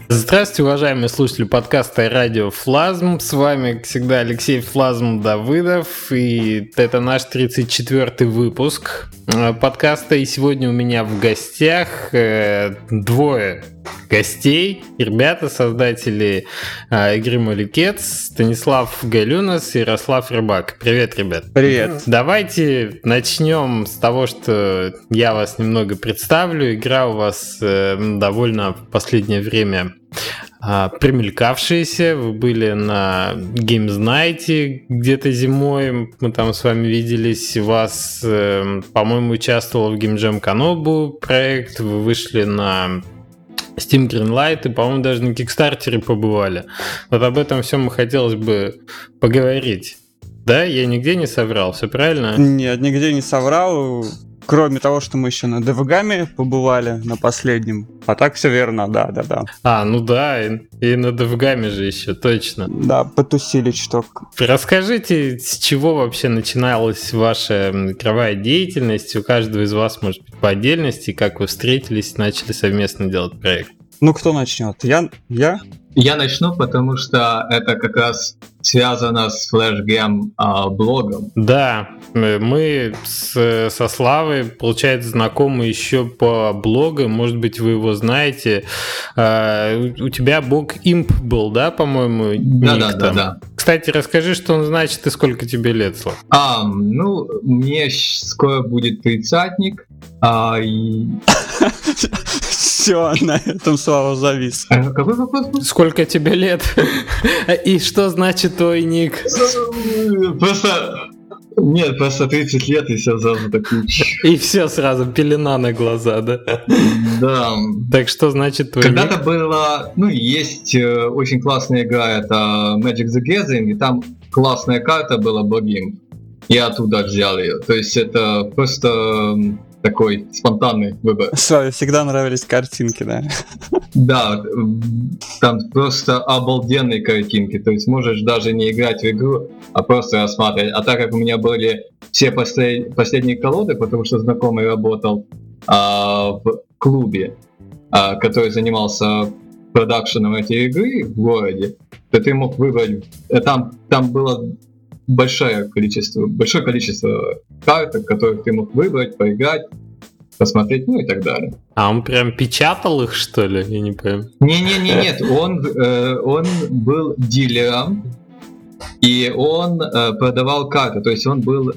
Здравствуйте, уважаемые слушатели подкаста и радио Флазм. С вами, как всегда, Алексей Флазм Давыдов. И это наш 34-й выпуск подкаста. И сегодня у меня в гостях двое гостей. Ребята, создатели игры Маликет, Станислав Галюнас и Ярослав Рыбак. Привет, ребят. Привет. Давайте начнем с того, что я вас немного представлю. Игра у вас довольно в последнее время примелькавшиеся. Вы были на Games Night где-то зимой, мы там с вами виделись. У вас, по-моему, участвовал в Game Jam Канобу проект, вы вышли на Steam Greenlight и, по-моему, даже на Кикстартере побывали. Вот об этом всем мы хотелось бы поговорить. Да, я нигде не соврал, все правильно? Нет, нигде не соврал. Кроме того, что мы еще на Девгаме побывали на последнем. А так все верно, да. Ну да, и на Девгаме же еще, точно. Да, потусили чуток. Расскажите, с чего вообще начиналась ваша игровая деятельность? У каждого из вас, может быть, по отдельности, как вы встретились и начали совместно делать проект? Ну, кто начнет? Я? Я начну, потому что это как раз связано с Flashgame блогом. Да, мы со Славой, получается, знакомы еще по блогу. Может быть, вы его знаете. У тебя блог Imp был, да, по-моему? Да. Кстати, расскажи, что он значит и сколько тебе лет, Слав? Мне скоро будет тридцатник. Все, на этом Слава завис. Какой вопрос? Сколько тебе лет? И что значит твой ник? Просто 30 лет и все сразу такие. И все сразу, пелена на глаза, да? Да. Так что значит твой Когда-то ник? было, есть очень классная игра, это Magic the Gathering, и там классная карта была богим. Я оттуда взял ее. То есть это просто такой спонтанный выбор. Славе всегда нравились картинки, да? Да, там просто обалденные картинки. То есть можешь даже не играть в игру, а просто рассматривать. А так как у меня были все последние колоды, потому что знакомый работал в клубе, который занимался продакшеном этой игры в городе, то ты мог выбрать. Там было большое количество карт, которых ты мог выбрать, поиграть, посмотреть, и так далее. А он прям печатал их, что ли? Я не понимаю. Нет, он был дилером, и он продавал карты, то есть он был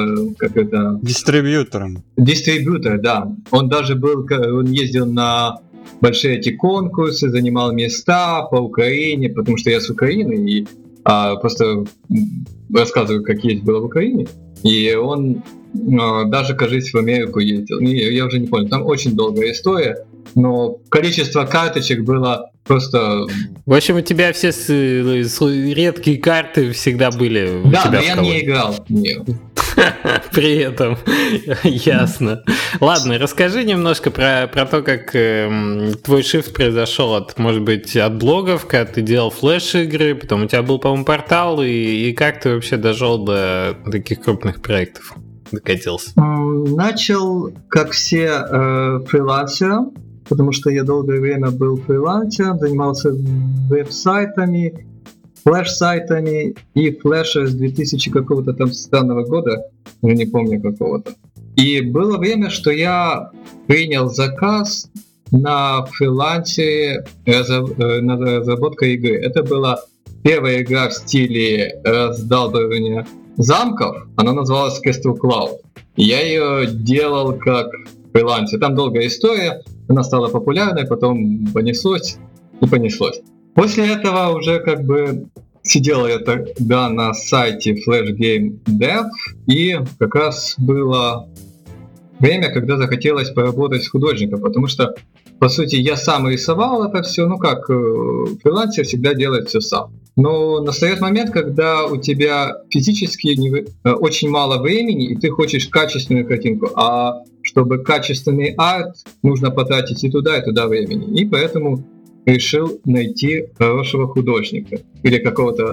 Дистрибьютором. Дистрибьютор, да. Он даже он ездил на большие эти конкурсы, занимал места по Украине, потому что я с Украины, и просто рассказываю, как есть было в Украине. И он даже, кажется, в Америку ездил. Я уже не помню, там очень долгая история, но количество карточек было просто... В общем, у тебя все редкие карты всегда были у тебя. Да, но я не играл в нее. При этом, ясно. Ладно, расскажи немножко про то, как твой шифт произошел может быть, от блогов, когда ты делал флеш-игры, потом у тебя был, по-моему, портал, и как ты вообще дошел до таких крупных проектов? Докатился? Начал, как все, фрилансером, потому что я долгое время был фрилансером, занимался веб-сайтами, флеш-сайтами и флеша с 2000 какого-то там странного года, уже не помню какого-то. И было время, что я принял заказ на фрилансе на разработку игры. Это была первая игра в стиле раздалбывания замков, она называлась Castle Cloud. И я ее делал как фрилансер. Там долгая история, она стала популярной, потом понеслось. После этого уже сидел я тогда на сайте Flash Game Dev, и как раз было время, когда захотелось поработать с художником, потому что, по сути, я сам рисовал это все, фрилансер всегда делает все сам. Но настает момент, когда у тебя физически очень мало времени, и ты хочешь качественную картинку, а чтобы качественный арт, нужно потратить и туда времени. И поэтому решил найти хорошего художника или какого-то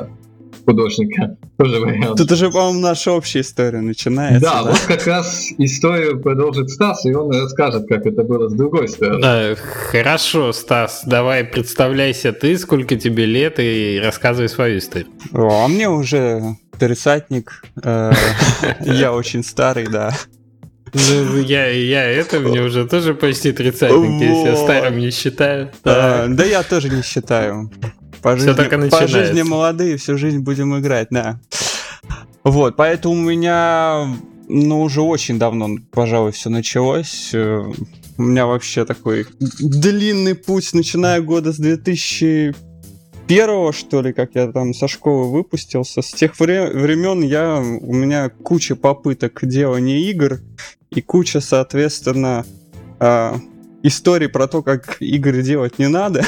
художника. Тоже вариант. Тут уже, по-моему, наша общая история начинается. Да, вот как раз историю продолжит Стас, и он расскажет, как это было с другой стороны. Хорошо, Стас, давай представляйся ты, сколько тебе лет, и рассказывай свою историю. А мне уже 30-ник. Я очень старый, да. Мне уже тоже почти 30-ник, если я старым не считаю. Да, я тоже не считаю. По жизни молодые, всю жизнь будем играть, да. Вот, поэтому у меня, уже очень давно, пожалуй, все началось. У меня вообще такой длинный путь, начиная года с 2001, что ли, как я там со школы выпустился. С тех времен у меня куча попыток делания игр и куча, соответственно, историй про то, как игры делать не надо.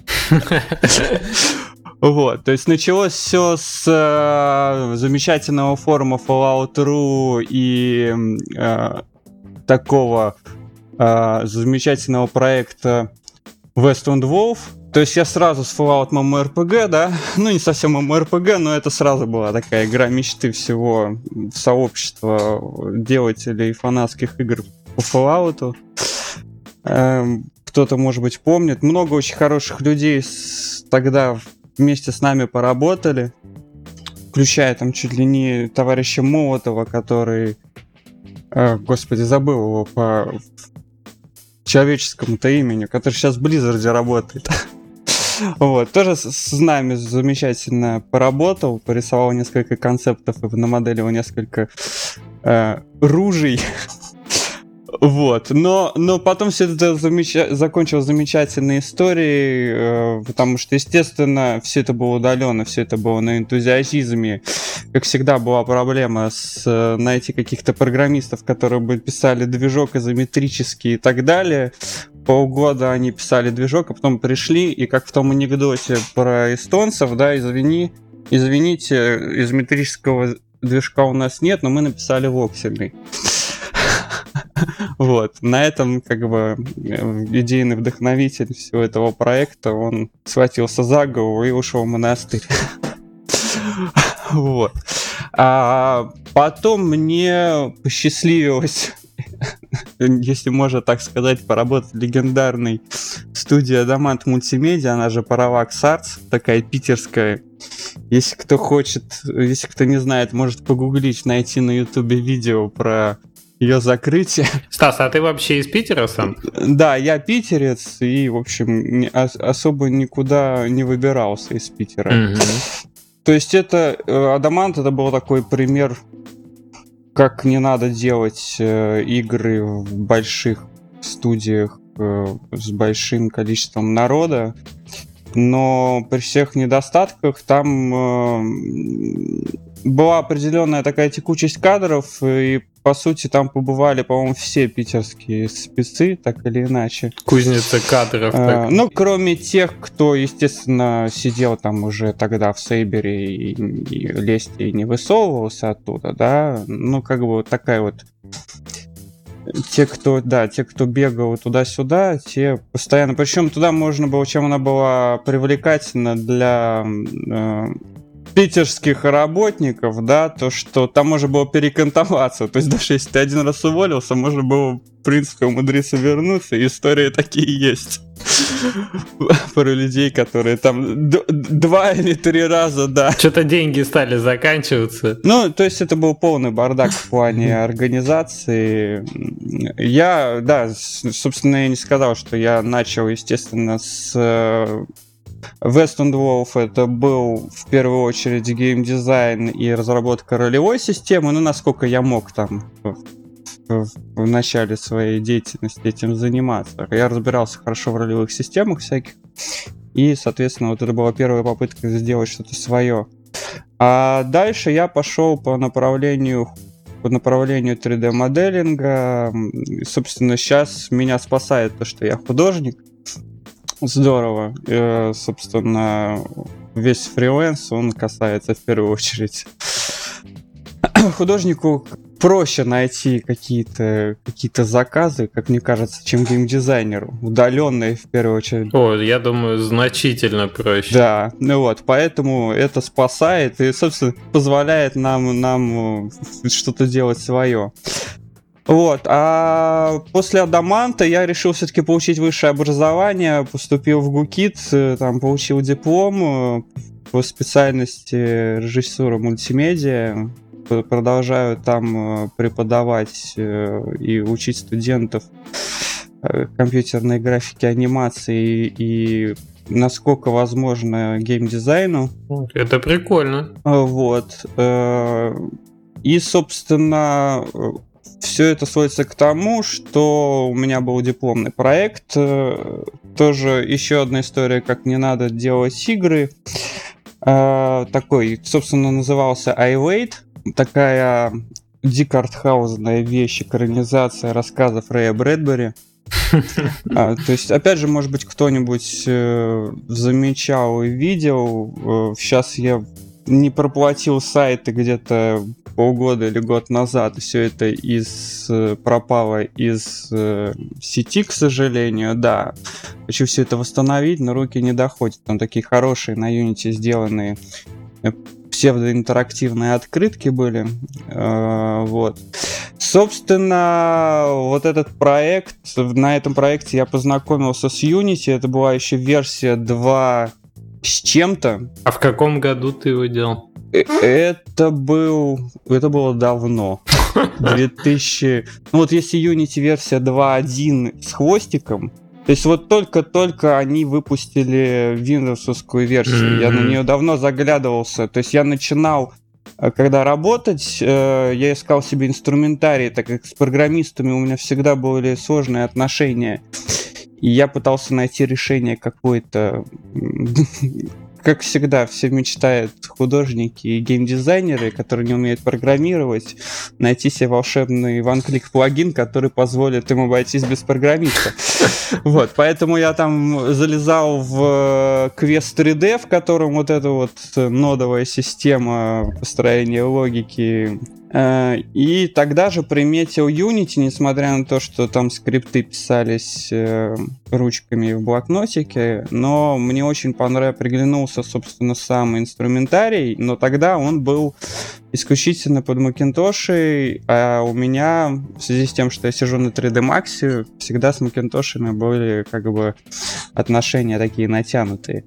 Вот, то есть началось все с замечательного форума Fallout.ru и такого замечательного проекта Westland Wolf. То есть я сразу с Fallout MMORPG, да, не совсем MMORPG, но это сразу была такая игра мечты всего сообщества делателей фанатских игр по Fallout. Кто-то, может быть, помнит. Много очень хороших людей тогда вместе с нами поработали, включая там чуть ли не товарища Молотова, который... Господи, забыл его по человеческому-то имени, который сейчас в Blizzard работает. Вот, тоже с нами замечательно поработал, порисовал несколько концептов и намоделил несколько ружей. Вот, но потом все это закончилось замечательной историей, потому что, естественно, все это было удаленно, все это было на энтузиазме. Как всегда, была проблема найти каких-то программистов, которые бы писали движок изометрический и так далее. Полгода они писали движок, а потом пришли, и как в том анекдоте про эстонцев, да, извините, изометрического движка у нас нет, но мы написали воксельный. Вот, на этом, идейный вдохновитель всего этого проекта, он схватился за голову и ушел в монастырь. Вот. А потом мне посчастливилось, если можно так сказать, поработать в легендарной студии Adamant Multimedia, она же Paravax Arts, такая питерская. Если кто хочет, если кто не знает, может погуглить, найти на ютубе видео про ее закрытие. Стас, а ты вообще из Питера сам? Да, я питерец и, в общем, особо никуда не выбирался из Питера. То есть Adamant это был такой пример, как не надо делать игры в больших студиях с большим количеством народа, но при всех недостатках там была определенная такая текучесть кадров, и по сути там побывали, по-моему, все питерские спецы, так или иначе. Кузница кадров. Кроме тех, кто, естественно, сидел там уже тогда в Сейбере и лезть и не высовывался оттуда, да, вот такая вот. Те, кто бегал туда-сюда, те постоянно... Причем туда можно было, чем она была привлекательна для питерских работников, да, то, что там можно было перекантоваться. То есть даже если ты один раз уволился, можно было, в принципе, умудриться вернуться. И истории такие есть. Про людей, которые там 2 или 3 раза, да. Что-то деньги стали заканчиваться. То есть это был полный бардак в плане организации. Собственно, я не сказал, что я начал, естественно, с Westland Wolf. Это был в первую очередь геймдизайн и разработка ролевой системы, насколько я мог там в начале своей деятельности этим заниматься. Я разбирался хорошо в ролевых системах всяких, и, соответственно, вот это была первая попытка сделать что-то свое. А дальше я пошел по направлению 3D-моделинга. Собственно, сейчас меня спасает то, что я художник. Здорово. Собственно, весь фриланс, он касается в первую очередь художнику проще найти какие-то заказы, как мне кажется, чем геймдизайнеру. Удаленные, в первую очередь. О, я думаю, значительно проще. Да, ну вот, поэтому это спасает и, собственно, позволяет нам что-то делать свое. Вот, а после Адаманта я решил все-таки получить высшее образование, поступил в ГУКИТ, там получил диплом по специальности режиссура мультимедиа, продолжаю там преподавать и учить студентов компьютерной графики, анимации и насколько возможно геймдизайну. Это прикольно. Вот. И, собственно, все это сводится к тому, что у меня был дипломный проект. Тоже еще одна история, как не надо делать игры. Такой, собственно, назывался I Wait. Такая дико артхаузная вещь, экранизация рассказов Рэя Брэдбери. То есть, опять же, может быть, кто-нибудь замечал и видел. Сейчас я не проплатил сайты где-то полгода или год назад. Все это пропало из сети, к сожалению. Да, хочу все это восстановить, но руки не доходят. Там такие хорошие на Unity сделанные псевдоинтерактивные открытки были. Вот. Собственно, вот этот проект, на этом проекте я познакомился с Unity. Это была еще версия 2 с чем-то. А в каком году ты его делал? Это было давно. 2000... Ну вот если Unity версия 2.1 с хвостиком, то есть вот только-только они выпустили Windows-овскую версию. Я на нее давно заглядывался. То есть я начинал, когда работать, я искал себе инструментарий, так как с программистами у меня всегда были сложные отношения. И я пытался найти решение какое-то... Как всегда, все мечтают художники и геймдизайнеры, которые не умеют программировать, найти себе волшебный one-click плагин, который позволит им обойтись без программиста. Вот, поэтому я там залезал в Quest 3D, в котором вот эта вот нодовая система построения логики. И тогда же приметил Unity, несмотря на то, что там скрипты писались ручками в блокнотике, но мне очень приглянулся, собственно, сам инструментарий, но тогда он был исключительно под Macintosh, а у меня, в связи с тем, что я сижу на 3D Max, всегда с Macintosh'ами были как бы отношения такие натянутые.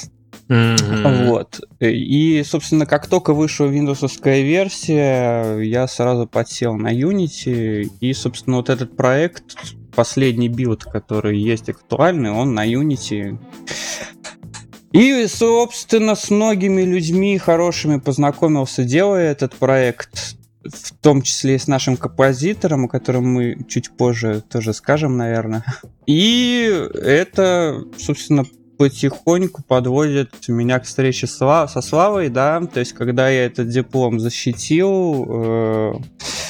Вот. И, собственно, как только вышла Windows-овская версия, я сразу подсел на Unity. И, собственно, вот этот проект, последний билд, который есть актуальный, он на Unity. И, собственно, с многими людьми хорошими познакомился, делая этот проект. В том числе и с нашим композитором, о котором мы чуть позже тоже скажем, наверное. И это, собственно, потихоньку подводит меня к встрече со Славой, да, то есть когда я этот диплом защитил,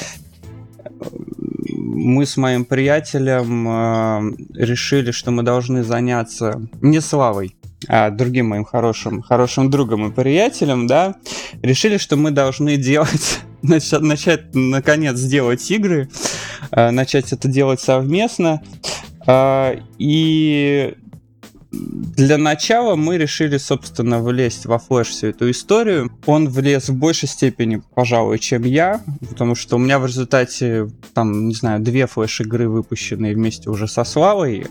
мы с моим приятелем решили, что мы должны заняться не Славой, а другим моим хорошим другом и приятелем, да, решили, что мы должны начать наконец делать игры, начать это делать совместно, и для начала мы решили, собственно, влезть во флэш всю эту историю. Он влез в большей степени, пожалуй, чем я, потому что у меня в результате, там, не знаю, 2 флэш-игры выпущенные вместе уже со Славой.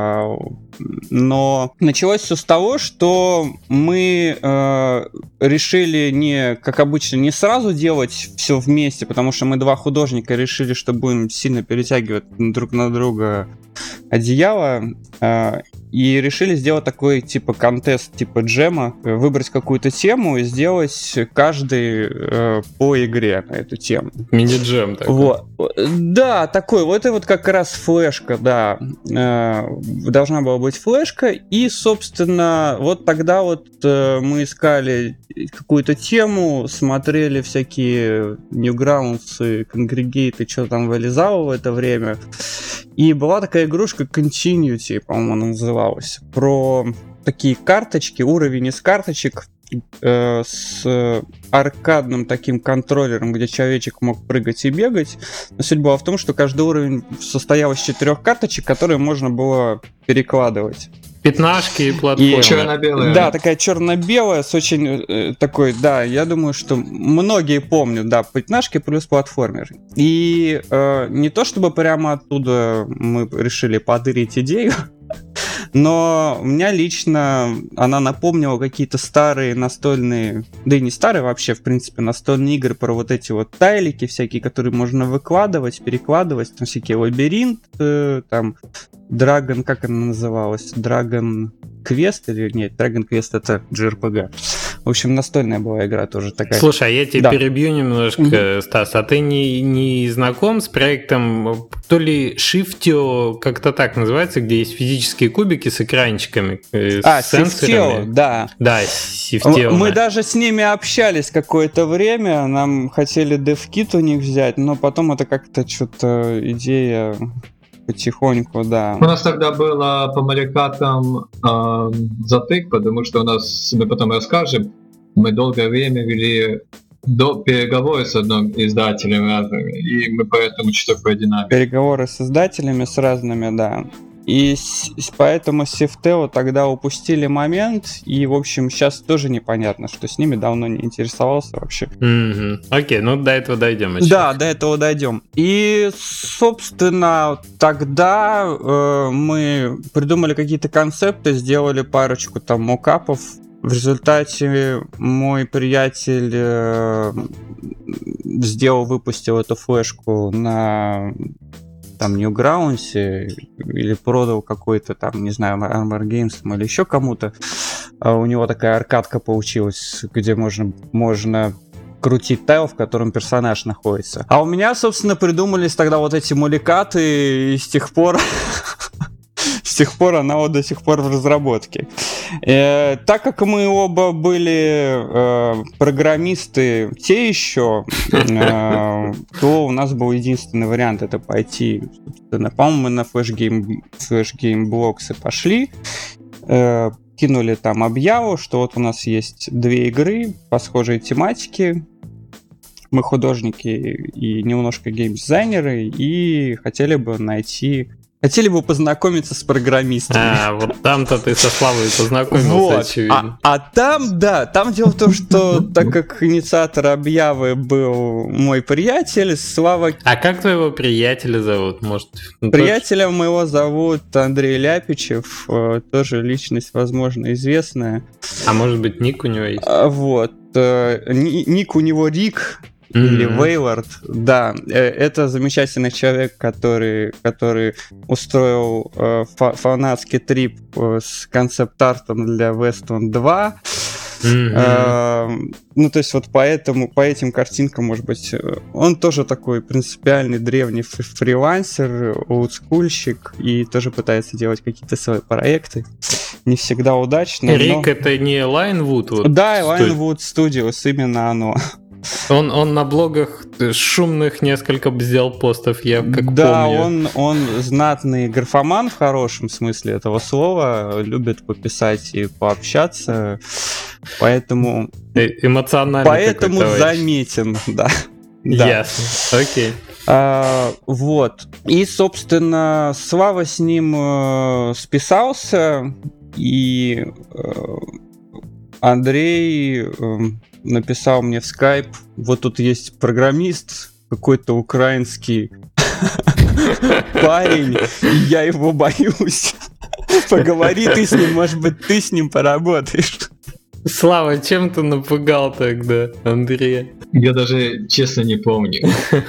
Но началось все с того, что мы решили не, как обычно, не сразу делать все вместе, потому что мы 2 художника решили, что будем сильно перетягивать друг на друга одеяло, и решили сделать такой типа контест, типа джема, выбрать какую-то тему и сделать каждый по игре на эту тему. Мини-джем такой. Вот. Да, такой. Вот это вот как раз флешка, да. Должна была быть флешка. И, собственно, вот тогда вот мы искали какую-то тему, смотрели всякие Newgrounds, Congregate, что там вылезало в это время. И была такая игрушка Continuity, по-моему, она называлась, про такие карточки, уровень из карточек, с аркадным таким контроллером, где человечек мог прыгать и бегать. Но суть была в том, что каждый уровень состоял из 4 карточек, которые можно было перекладывать. Пятнашки и платформы. Черно-белая. Да, такая черно-белая с очень такой, да, я думаю, что многие помнят, да, пятнашки плюс платформер. И не то чтобы прямо оттуда мы решили подырить идею, но у меня лично она напомнила какие-то старые настольные, да и не старые вообще, в принципе, настольные игры про вот эти вот тайлики всякие, которые можно выкладывать, перекладывать, там всякие лабиринт, там Dragon, как она называлась? Dragon Quest или нет? Dragon Quest это JRPG. В общем, настольная была игра тоже такая. Слушай, а я тебя Да. перебью немножко, Стас. А ты не знаком с проектом, то ли Shiftio, как-то так называется, где есть физические кубики с экранчиками, с сенсорами? Shiftio, да. Да, Shiftio. Мы даже с ними общались какое-то время, нам хотели DevKit у них взять, но потом это как-то что-то идея потихоньку, да. У нас тогда было по маликатам затык, потому что у нас, мы потом расскажем, мы долгое время вели переговоры с одним издателем разными, и мы поэтому что-то про динамику. Переговоры с издателями, с разными, да. И поэтому Shiftio тогда упустили момент, и, в общем, сейчас тоже непонятно, что с ними давно не интересовался вообще. Окей, ну до этого дойдем еще. Да, до этого дойдем. И, собственно, тогда мы придумали какие-то концепты, сделали парочку там мокапов. В результате мой приятель выпустил эту флешку на там Newgrounds или продал какой-то там, не знаю, Armor Games или еще кому-то. У него такая аркадка получилась, где можно крутить тайл, в котором персонаж находится. А у меня, собственно, придумались тогда вот эти муликаты, и с тех пор она вот до сих пор в разработке. Так как мы оба были программисты те еще, то у нас был единственный вариант — это пойти, по-моему, мы на Flash Game Blocks и пошли, кинули там объяву, что вот у нас есть 2 игры по схожей тематике, мы художники и немножко геймдизайнеры, и хотели бы познакомиться с программистами. Вот там-то ты со Славой познакомился, вот. очевидно. А там, да, там дело в том, что так как инициатор объявы был мой приятель, Слава... А как твоего приятеля зовут? Может, Приятеля моего зовут Андрей Ляпичев, тоже личность, возможно, известная. А может быть, ник у него есть? Вот. Ник у него Рик, или Вейлорд, да, это замечательный человек, который устроил фанатский трип с концепт-артом для Westland 2. Ну, то есть вот по этим картинкам, может быть, он тоже такой принципиальный древний фрилансер, олдскульщик, и тоже пытается делать какие-то свои проекты. Не всегда удачные. Рик, это не Лайнвуд? Вот, да, Лайнвуд Studios, именно оно. Он на блогах шумных несколько сделал постов, я как помню. Да, он знатный графоман в хорошем смысле этого слова, любит пописать и пообщаться, поэтому... Эмоциональный поэтому заметен, да. Ясно, окей. Вот. И, собственно, Слава с ним списался, и Андрей написал мне в скайп: вот тут есть программист, какой-то украинский парень, и я его боюсь. Поговори ты с ним, может быть, ты с ним поработаешь. Слава, чем ты напугал тогда, Андрей? Я даже честно не помню.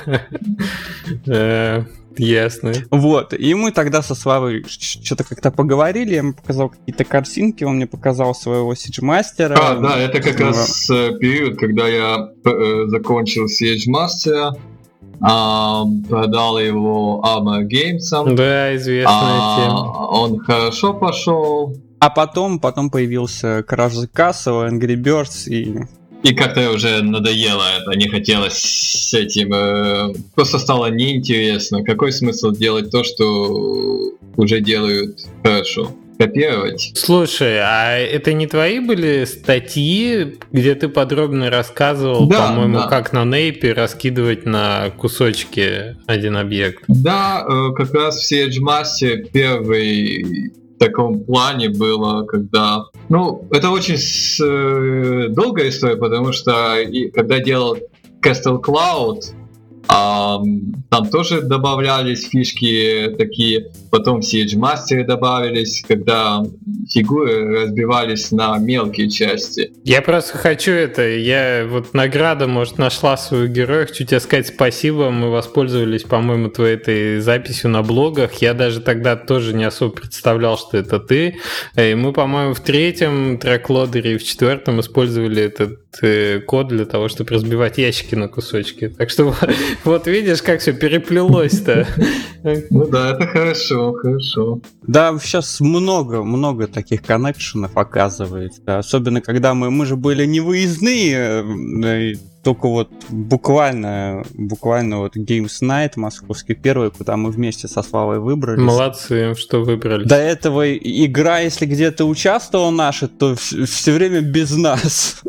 Ясно. Вот, и мы тогда со Славой что-то как-то поговорили, я ему показал какие-то картинки, он мне показал своего Сиджмастера. Да, это как раз период, когда я закончил Сиджмастера, продал его Armor Games. Да, известная тема. Он хорошо пошел. А потом появился Crash the Castle, Angry Birds И как-то уже надоело это, не хотелось с этим, просто стало неинтересно. Какой смысл делать то, что уже делают хорошо? копировать. Слушай, а это не твои были статьи, где ты подробно рассказывал, Да, по-моему, да. как на нейпе раскидывать на кусочки один объект? Да, как раз в CHMaster первый в таком плане было, когда... Ну, это очень долгая история, потому что когда делал Castle Cloud, там тоже добавлялись фишки такие, потом в CHMaster добавились, когда фигуры разбивались на мелкие части. Я просто хочу я вот награда, может, нашла свою героя, хочу тебе сказать спасибо, мы воспользовались, по-моему, твоей этой записью на блогах, я даже тогда тоже не особо представлял, что это ты, и мы, по-моему, в 3-м трек-лодере и в 4-м использовали этот код для того, чтобы разбивать ящики на кусочки, так что вот видишь, как все переплелось-то. Ну да, это хорошо. Да, сейчас много таких коннекшенов оказывается. Особенно, когда мы же были не выездные, только вот буквально вот Games Night московский первый, куда мы вместе со Славой выбрались. Молодцы, что выбрали. До этого игра, если где-то участвовала наша, то все время без нас.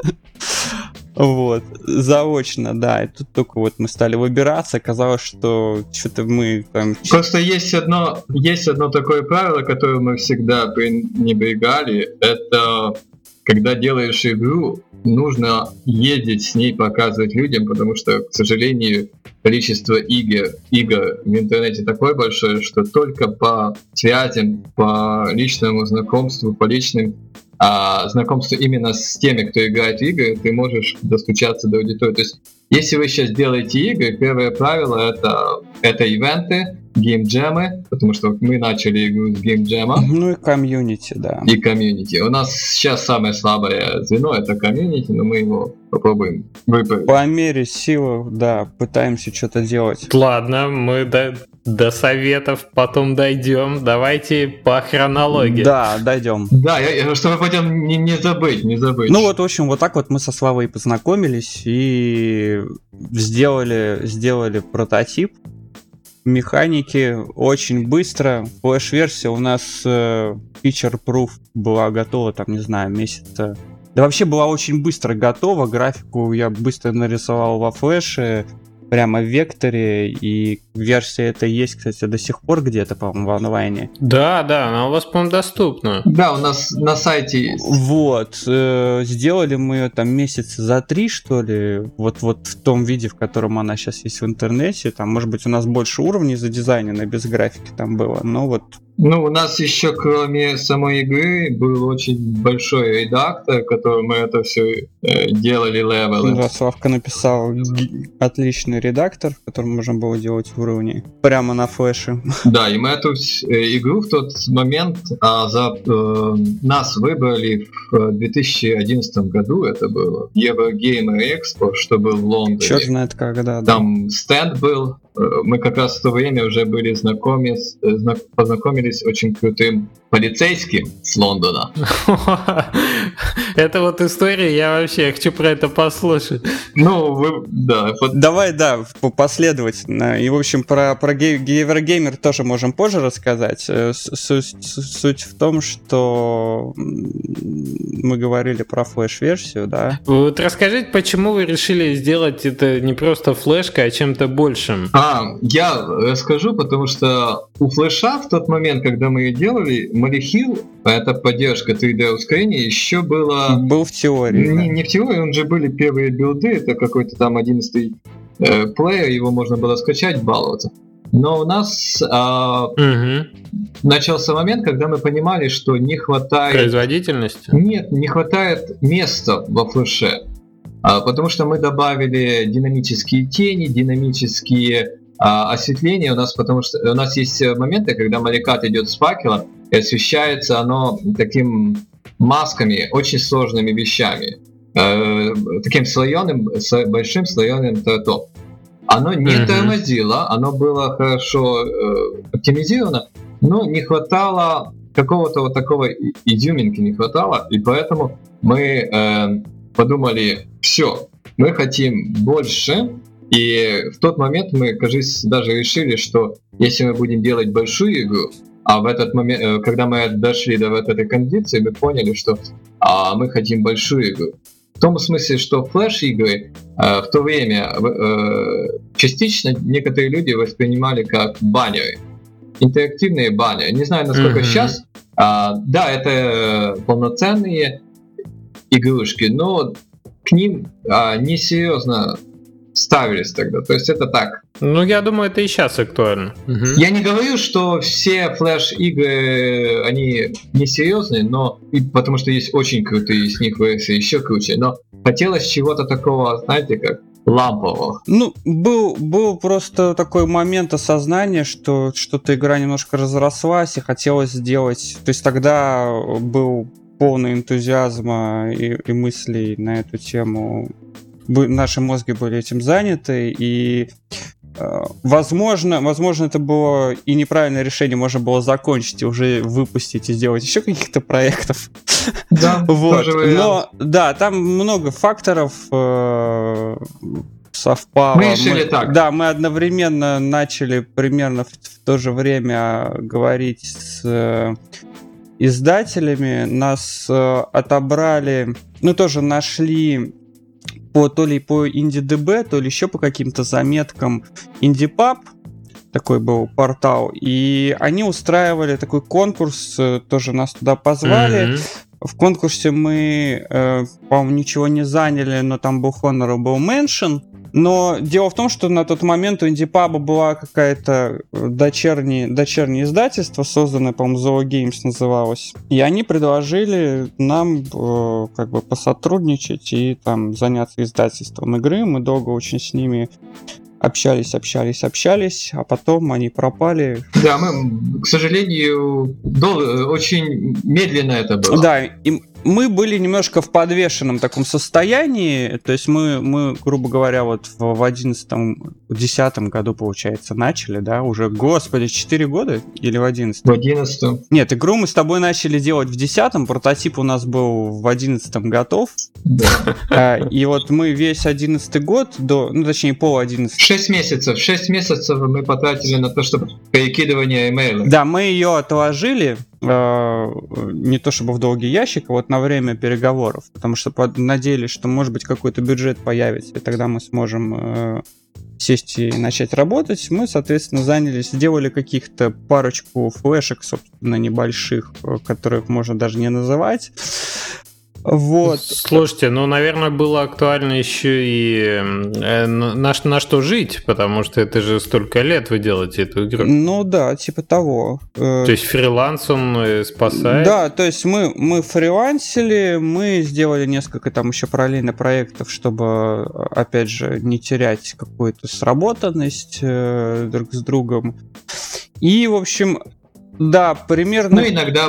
Вот, заочно, да. И тут только вот мы стали выбираться, оказалось, что что-то мы там... Просто есть одно такое правило, которое мы всегда пренебрегали. Это когда делаешь игру, нужно ездить с ней, показывать людям, потому что, к сожалению, количество игр в интернете такое большое, что только по связям, по личному знакомству, по личным знакомству именно с теми, кто играет в игры, ты можешь достучаться до аудитории. То есть, если вы сейчас делаете игры, первое правило это ивенты, геймджемы, потому что мы начали игру с геймджема. Ну и комьюнити, да. И комьюнити. У нас сейчас самое слабое звено это комьюнити, но мы его попробуем выправить. По мере сил, да, пытаемся что-то делать. Ладно, мы до советов потом дойдем. Давайте по хронологии. Да, дойдем. Да, чтобы потом не забыть. Ну вот, в общем, вот так вот мы со Славой познакомились и сделали прототип. Механики очень быстро. Флэш-версия у нас feature-proof была готова, там, не знаю, месяца. Да вообще была очень быстро готова. Графику я быстро нарисовал во флеше, прямо в векторе. И версия эта есть, кстати, до сих пор где-то, по-моему, в онлайне. Да, она у вас, по-моему, доступна. Да, у нас на сайте есть. Вот. Сделали мы ее там месяца за 3, что ли. Вот в том виде, в котором она сейчас есть в интернете. Там, может быть, у нас больше уровней задизайнено, без графики там было. Но вот. Ну, у нас еще, кроме самой игры, был очень большой редактор, которым мы это все делали левелы. Да, Славка написал отличный редактор, в котором можно было делать уровни прямо на флеше. Да, и мы эту игру в тот момент нас выбрали в 2011 году, это было Eurogamer Expo, что был в Лондоне. Черт знает когда, да. Там стенд был. Мы как раз в то время уже были познакомились с очень крутым полицейским с Лондона. Это вот история, я хочу про это послушать. Ну, да. Давай, да, последовательно. И, в общем, про Eurogamer тоже можем позже рассказать. Суть в том, что мы говорили про флеш-версию, да. Вот расскажите, почему вы решили сделать это не просто флешкой, а чем-то большим? Я расскажу, потому что у флеша в тот момент, когда мы ее делали, Малихил, это поддержка 3D ускорения, еще было... Был в теории. Не в теории, он же были первые билды, это какой-то там 11-й плеер, его можно было скачать, баловаться. Но у нас начался момент, когда мы понимали, что не хватает... Производительности? Нет, не хватает места во флеше. Потому что мы добавили динамические тени, динамические осветления у нас, потому что у нас есть моменты, когда маликат идет с факела, и освещается оно таким масками, очень сложными вещами, таким большим слоеным тратом. Оно не тормозило, оно было хорошо оптимизировано, но не хватало какого-то вот такого изюминки, не хватало, и поэтому мы подумали, все, мы хотим больше. И в тот момент мы, кажется, даже решили, что если мы будем делать большую игру, А в этот момент, когда мы дошли до вот этой кондиции, мы поняли, что мы хотим большую игру. В том смысле, что флеш-игры в то время частично некоторые люди воспринимали как баннеры. Интерактивные баннеры. Не знаю, насколько сейчас. Да, это полноценные игрушки, но к ним несерьезно ставились тогда. То есть это так. Ну, я думаю, это и сейчас актуально. Я не говорю, что все флеш-игры, они несерьезные, но потому что есть очень крутые из них версии, еще круче, но хотелось чего-то такого, знаете, как лампового. Ну, был просто такой момент осознания, что что-то игра немножко разрослась, и хотелось сделать... То есть тогда был полный энтузиазма и мыслей на эту тему. Наши мозги были этим заняты, и возможно, это было и неправильное решение, можно было закончить и уже выпустить и сделать еще каких-то проектов. Да, вот. Но да, там много факторов совпало. Мы решили так. Да, мы одновременно начали примерно в то же время говорить с издателями, нас отобрали, тоже нашли то ли по IndieDB, то ли еще по каким-то заметкам IndiePub, такой был портал, и они устраивали такой конкурс, тоже нас туда позвали. В конкурсе мы, по-моему, ничего не заняли, но там был Honorable Mention. Но дело в том, что на тот момент у IndiePub была какая-то дочернее издательство, созданное, по-моему, Zoo Games называлось. И они предложили нам посотрудничать и там заняться издательством игры. Мы долго очень с ними общались, а потом они пропали. Да, мы, к сожалению, очень медленно это было. Да, и мы были немножко в подвешенном таком состоянии, то есть мы грубо говоря, вот в 11-10 году, получается, начали, да, уже, господи, 4 года или в 11-м? В 11-м. Нет, игру мы с тобой начали делать в 10-м, прототип у нас был в 11-м готов, да. И вот мы весь 11-й год, точнее, пол 11-й. 6 месяцев мы потратили на то, чтобы перекидывание имейла. Да, мы ее отложили, не то чтобы в долгий ящик, а вот на время переговоров, потому что надеялись, что может быть какой-то бюджет появится, и тогда мы сможем сесть и начать работать. Мы, соответственно, сделали каких-то парочку флешек, собственно, небольших, которых можно даже не называть. Вот. Слушайте, наверное, было актуально еще и на что жить, потому что это же столько лет вы делаете эту игру. Ну да, типа того. То есть фриланс он спасает? Да, то есть мы фрилансили, мы сделали несколько там еще параллельно проектов, чтобы, опять же, не терять какую-то сработанность друг с другом. И, в общем, да, примерно... иногда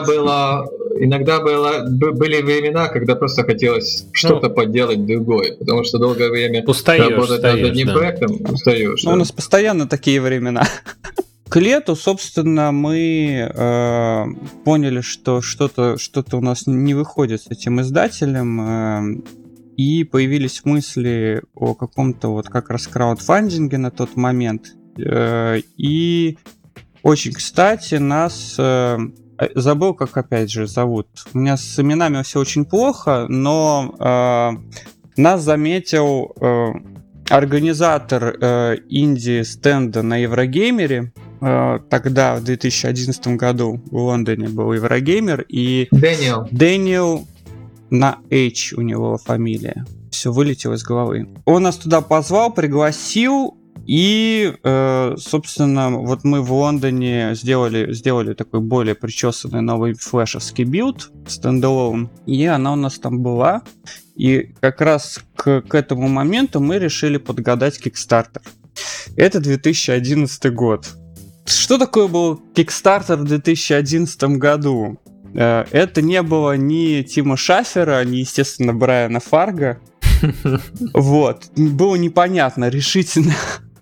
были времена, когда просто хотелось что-то поделать другое, потому что долгое время работать над одним проектом, устаешь. У нас постоянно такие времена. К лету, собственно, мы поняли, что что-то у нас не выходит с этим издателем, и появились мысли о каком-то вот как раз краудфандинге на тот момент. И очень кстати нас... Забыл, как опять же зовут. У меня с именами все очень плохо, но нас заметил организатор инди-стенда на Еврогеймере. Тогда, в 2011 году в Лондоне был Еврогеймер, и Дэниел на H у него фамилия. Все вылетело из головы. Он нас туда позвал, пригласил. И, собственно, вот мы в Лондоне сделали такой более причесанный новый флешевский билд, стендалон, и она у нас там была. И как раз к этому моменту мы решили подгадать Kickstarter. Это 2011 год. Что такое был Kickstarter в 2011 году? Это не было ни Тима Шафера, ни, естественно, Брайана Фарго. Вот. Было непонятно решительно,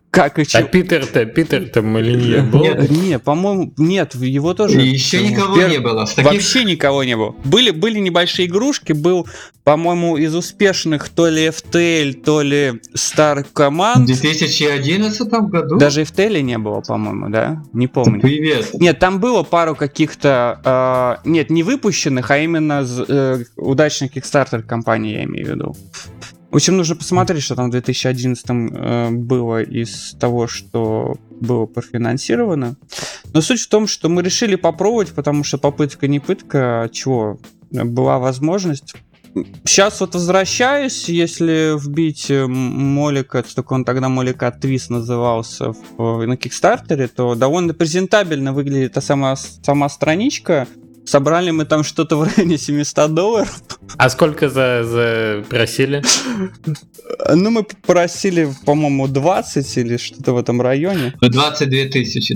Как и А Питер-то Молинье был? Не, по-моему, нет, его тоже... И еще никого не было. Вообще никого не было. Были небольшие игрушки, был, по-моему, из успешных то ли FTL, то ли Star Command. В 2011 году? Даже FTL не было, по-моему, да? Не помню. Привет. Нет, там было пару каких-то... нет, не выпущенных, а именно удачных Kickstarter компаний, я имею в виду. В общем, нужно посмотреть, что там в 2011 было из того, что было профинансировано. Но суть в том, что мы решили попробовать, потому что попытка не пытка, чего? Была возможность. Сейчас вот возвращаюсь, если вбить Молика, только он тогда Молика Твист назывался на Кикстартере, то довольно презентабельно выглядит та сама страничка. Собрали мы там что-то в районе $700. А сколько за просили? Ну, мы просили, по-моему, 20 или что-то в этом районе. 22 тысячи.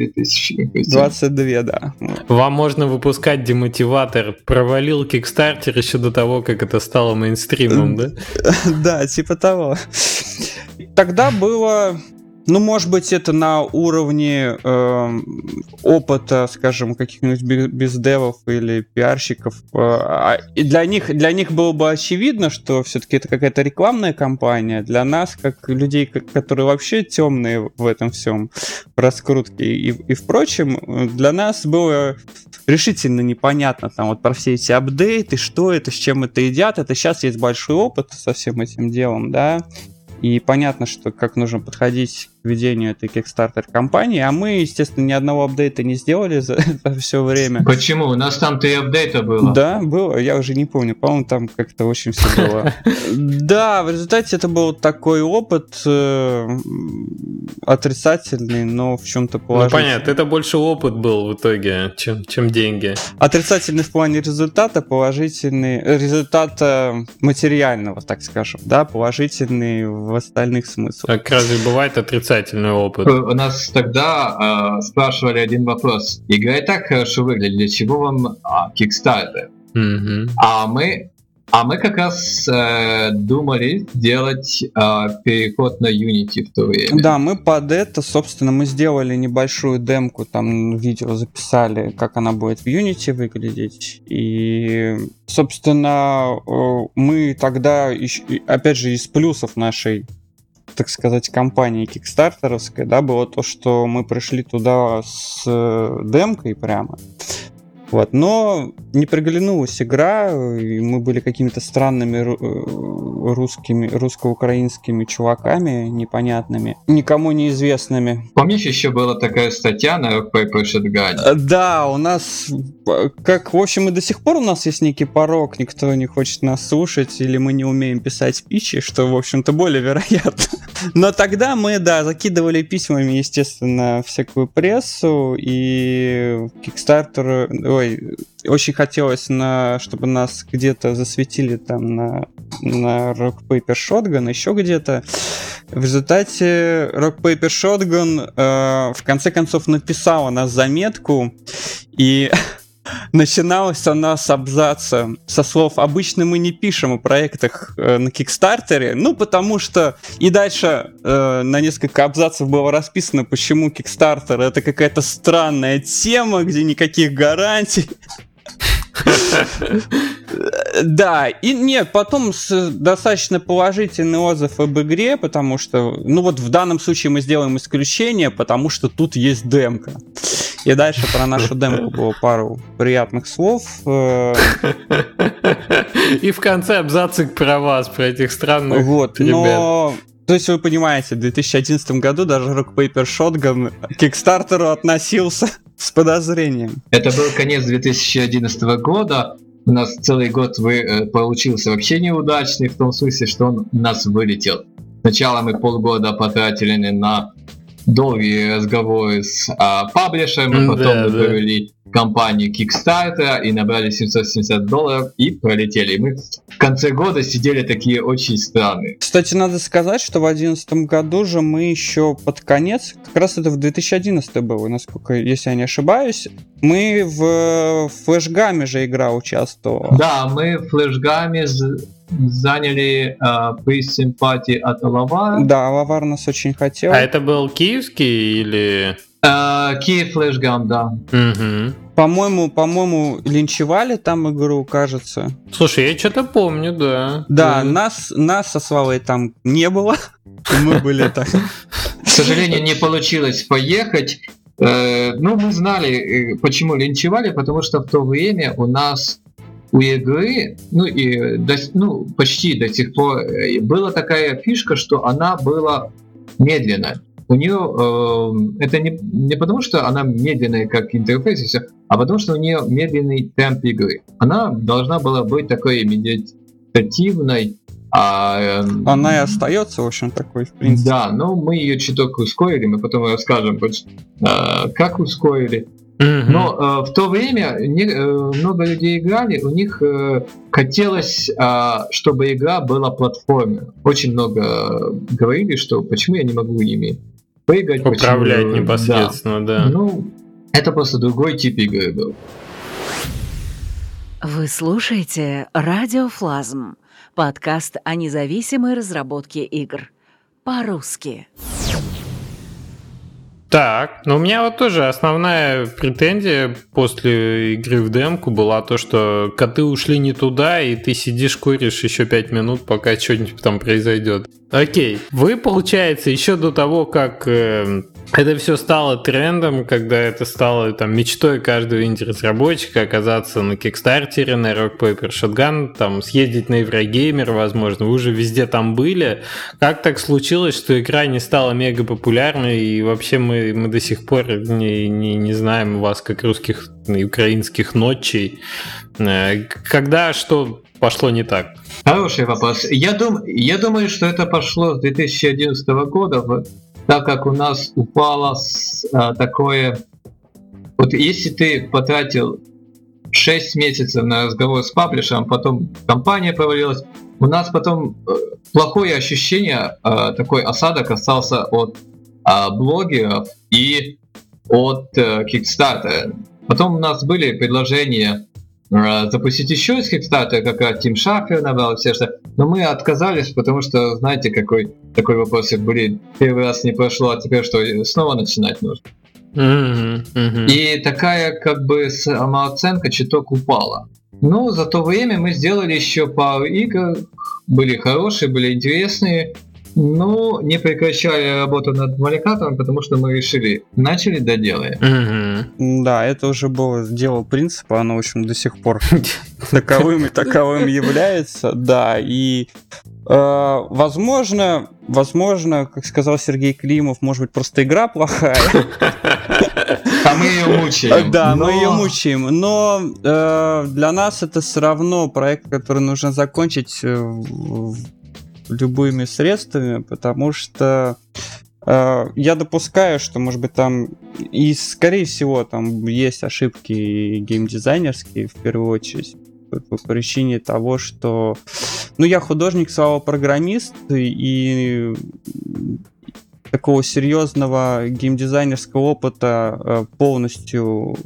22, да. Вам можно выпускать демотиватор. Провалил Kickstarter еще до того, как это стало мейнстримом, да? Да, типа того. Тогда было... Ну, может быть, это на уровне опыта, скажем, каких-нибудь бездевов или пиарщиков. И для них было бы очевидно, что все-таки это какая-то рекламная кампания. Для нас, как людей, которые вообще темные в этом всем, в раскрутке и впрочем, для нас было решительно непонятно там вот про все эти апдейты, что это, с чем это едят. Это сейчас есть большой опыт со всем этим делом, да. И понятно, что как нужно подходить к ведению этой Kickstarter-компании, а мы, естественно, ни одного апдейта не сделали за все время. Почему? У нас там 3 апдейта было. Да, было, я уже не помню, по-моему, там как-то очень все было. Да, в результате это был такой опыт отрицательный, но в чем-то положительный. Ну понятно, это больше опыт был в итоге, чем деньги. Отрицательный в плане результата, положительный, результата материального, так скажем, да, положительный в остальных смыслах. Так разве бывает отрицательный опыт? У нас тогда спрашивали один вопрос. Игра и так хорошо выглядит, для чего вам Kickstarter? Угу. А мы как раз думали делать переход на Unity в то время. Да, мы под это, собственно, мы сделали небольшую демку, там видео записали, как она будет в Unity выглядеть. И, собственно, мы тогда, опять же, из плюсов нашей, так сказать, компании кикстартеровской, да, было то, что мы пришли туда с демкой прямо. Вот, но не приглянулась игра, и мы были какими-то странными русско-украинскими чуваками непонятными, никому неизвестными. Помнишь, еще была такая статья на Rock Paper Shotgun? Да, у нас, как, в общем, и до сих пор у нас есть некий порог, никто не хочет нас слушать, или мы не умеем писать питчи, что, в общем-то, более вероятно. Но тогда мы, да, закидывали письмами, естественно, всякую прессу, и Kickstarter, очень хотелось, чтобы нас где-то засветили там на Rock Paper Shotgun, еще где-то. В результате Rock Paper Shotgun в конце концов написала нас заметку, и начиналась она с абзаца со слов «Обычно мы не пишем о проектах на Кикстартере», ну, потому что и дальше на несколько абзацев было расписано, почему Кикстартер — это какая-то странная тема, где никаких гарантий. Да, и нет, потом достаточно положительный отзыв об игре, потому что, ну вот в данном случае мы сделаем исключение, потому что тут есть демка. И дальше про нашу демку было пару приятных слов. И в конце абзацик про вас, про этих странных вот, ребят. Но... То есть вы понимаете, в 2011 году даже Rock Paper Shotgun к Kickstarter'у относился с подозрением. Это был конец 2011 года. У нас целый год получился вообще неудачный, в том смысле, что он у нас вылетел. Сначала мы полгода потратили на долгие разговоры с паблишером, потом мы провели компанию Kickstarter и набрали $770 и пролетели. Мы в конце года сидели такие очень странные. Кстати, надо сказать, что в 2011 году же мы еще под конец, как раз это в 2011 было, насколько, если я не ошибаюсь, мы в флешгаме же игра участвовала. Да, мы в флешгаме заняли приз симпатии от Лавара. Да, Лавар нас очень хотел. А это был киевский или... Киев Flashgun, да. Угу. По-моему, линчевали там игру, кажется. Слушай, я что-то помню, да. Да, нас со Славой там не было. Мы были так. К сожалению, не получилось поехать. Ну, мы знали, почему линчевали, потому что в то время у нас у игры, почти до сих пор была такая фишка, что она была медленная. У нее это не потому, что она медленная, как интерфейс и все, а потому что у нее медленный темп игры. Она должна была быть такой медитативной. Она и остается, в общем, такой, в принципе. Да, но мы ее чуток ускорили, мы потом расскажем, как ускорили. Но в то время много людей играли, у них хотелось, чтобы игра была платформой. Очень много говорили, что почему я не могу ими прыгать. Управлять непосредственно, да. Ну, это просто другой тип игры был. Вы слушаете «Радио Флазм», подкаст о независимой разработке игр. По-русски. Так, но у меня вот тоже основная претензия после игры в демку была то, что коты ушли не туда, и ты сидишь, куришь еще 5 минут, пока что-нибудь там произойдет. Окей, вы, получается, еще до того, как это все стало трендом, когда это стало там мечтой каждого инди-разработчика оказаться на Кикстартере, на Rock Paper Shotgun, там съездить на Еврогеймер, возможно, вы уже везде там были. Как так случилось, что игра не стала мега популярной, и вообще мы до сих пор не знаем вас как русских и украинских нотчей? Когда что пошло не так? Хороший вопрос. Я думаю, что это пошло с 2011 года, так как у нас упало такое... Вот если ты потратил 6 месяцев на разговор с паблишером, потом компания провалилась, у нас потом плохое ощущение, такой осадок остался от блогеров и от Kickstarter. Потом у нас были предложения запустить еще из Kickstarter, как раз Тим Шафер набрал все что, но мы отказались, потому что, знаете, какой такой вопрос, блин, первый раз не прошло, а теперь что, снова начинать нужно. И такая как бы самооценка чуток упала. Но за то время мы сделали еще пару игр, были хорошие, были интересные, но не прекращали работу над Маликатом, потому что мы решили, начали, доделаем. Да, это уже было дело принципа, оно, в общем, до сих пор таковым является, да, и возможно, как сказал Сергей Климов, может быть, просто игра плохая. А мы ее мучаем. Да, мы ее мучаем, но для нас это все равно проект, который нужно закончить любыми средствами, потому что я допускаю, что, может быть, там и, скорее всего, там есть ошибки геймдизайнерские, в первую очередь, по причине того, что... Ну, я художник, Слава программист, и такого серьезного геймдизайнерского опыта полностью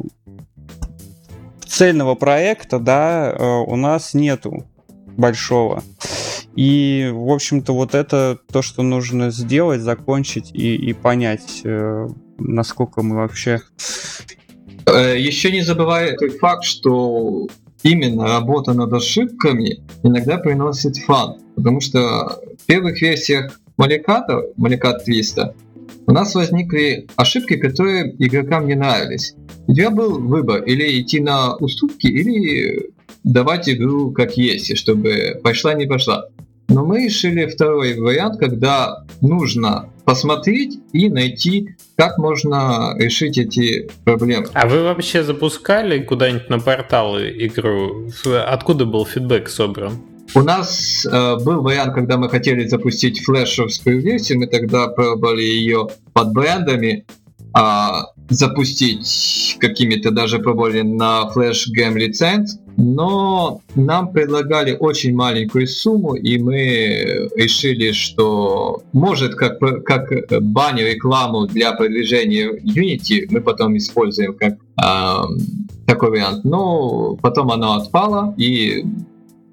цельного проекта, да, у нас нету большого. И, в общем-то, вот это то, что нужно сделать, закончить и понять, насколько мы вообще... Еще не забывай тот факт, что именно работа над ошибками иногда приносит фан. Потому что в первых версиях Маликат Твиста у нас возникли ошибки, которые игрокам не нравились. У тебя был выбор: или идти на уступки, или давать игру как есть, чтобы пошла не пошла. Но мы решили второй вариант, когда нужно посмотреть и найти, как можно решить эти проблемы. А вы вообще запускали куда-нибудь на порталы игру? Откуда был фидбэк собран? У нас был вариант, когда мы хотели запустить флешовскую версию, мы тогда пробовали ее под брендами, запустить какими-то, даже пробовали на Flash Game лиценз, но нам предлагали очень маленькую сумму, и мы решили, что может как баннер рекламу для продвижения Unity мы потом используем как такой вариант, но потом оно отпало, и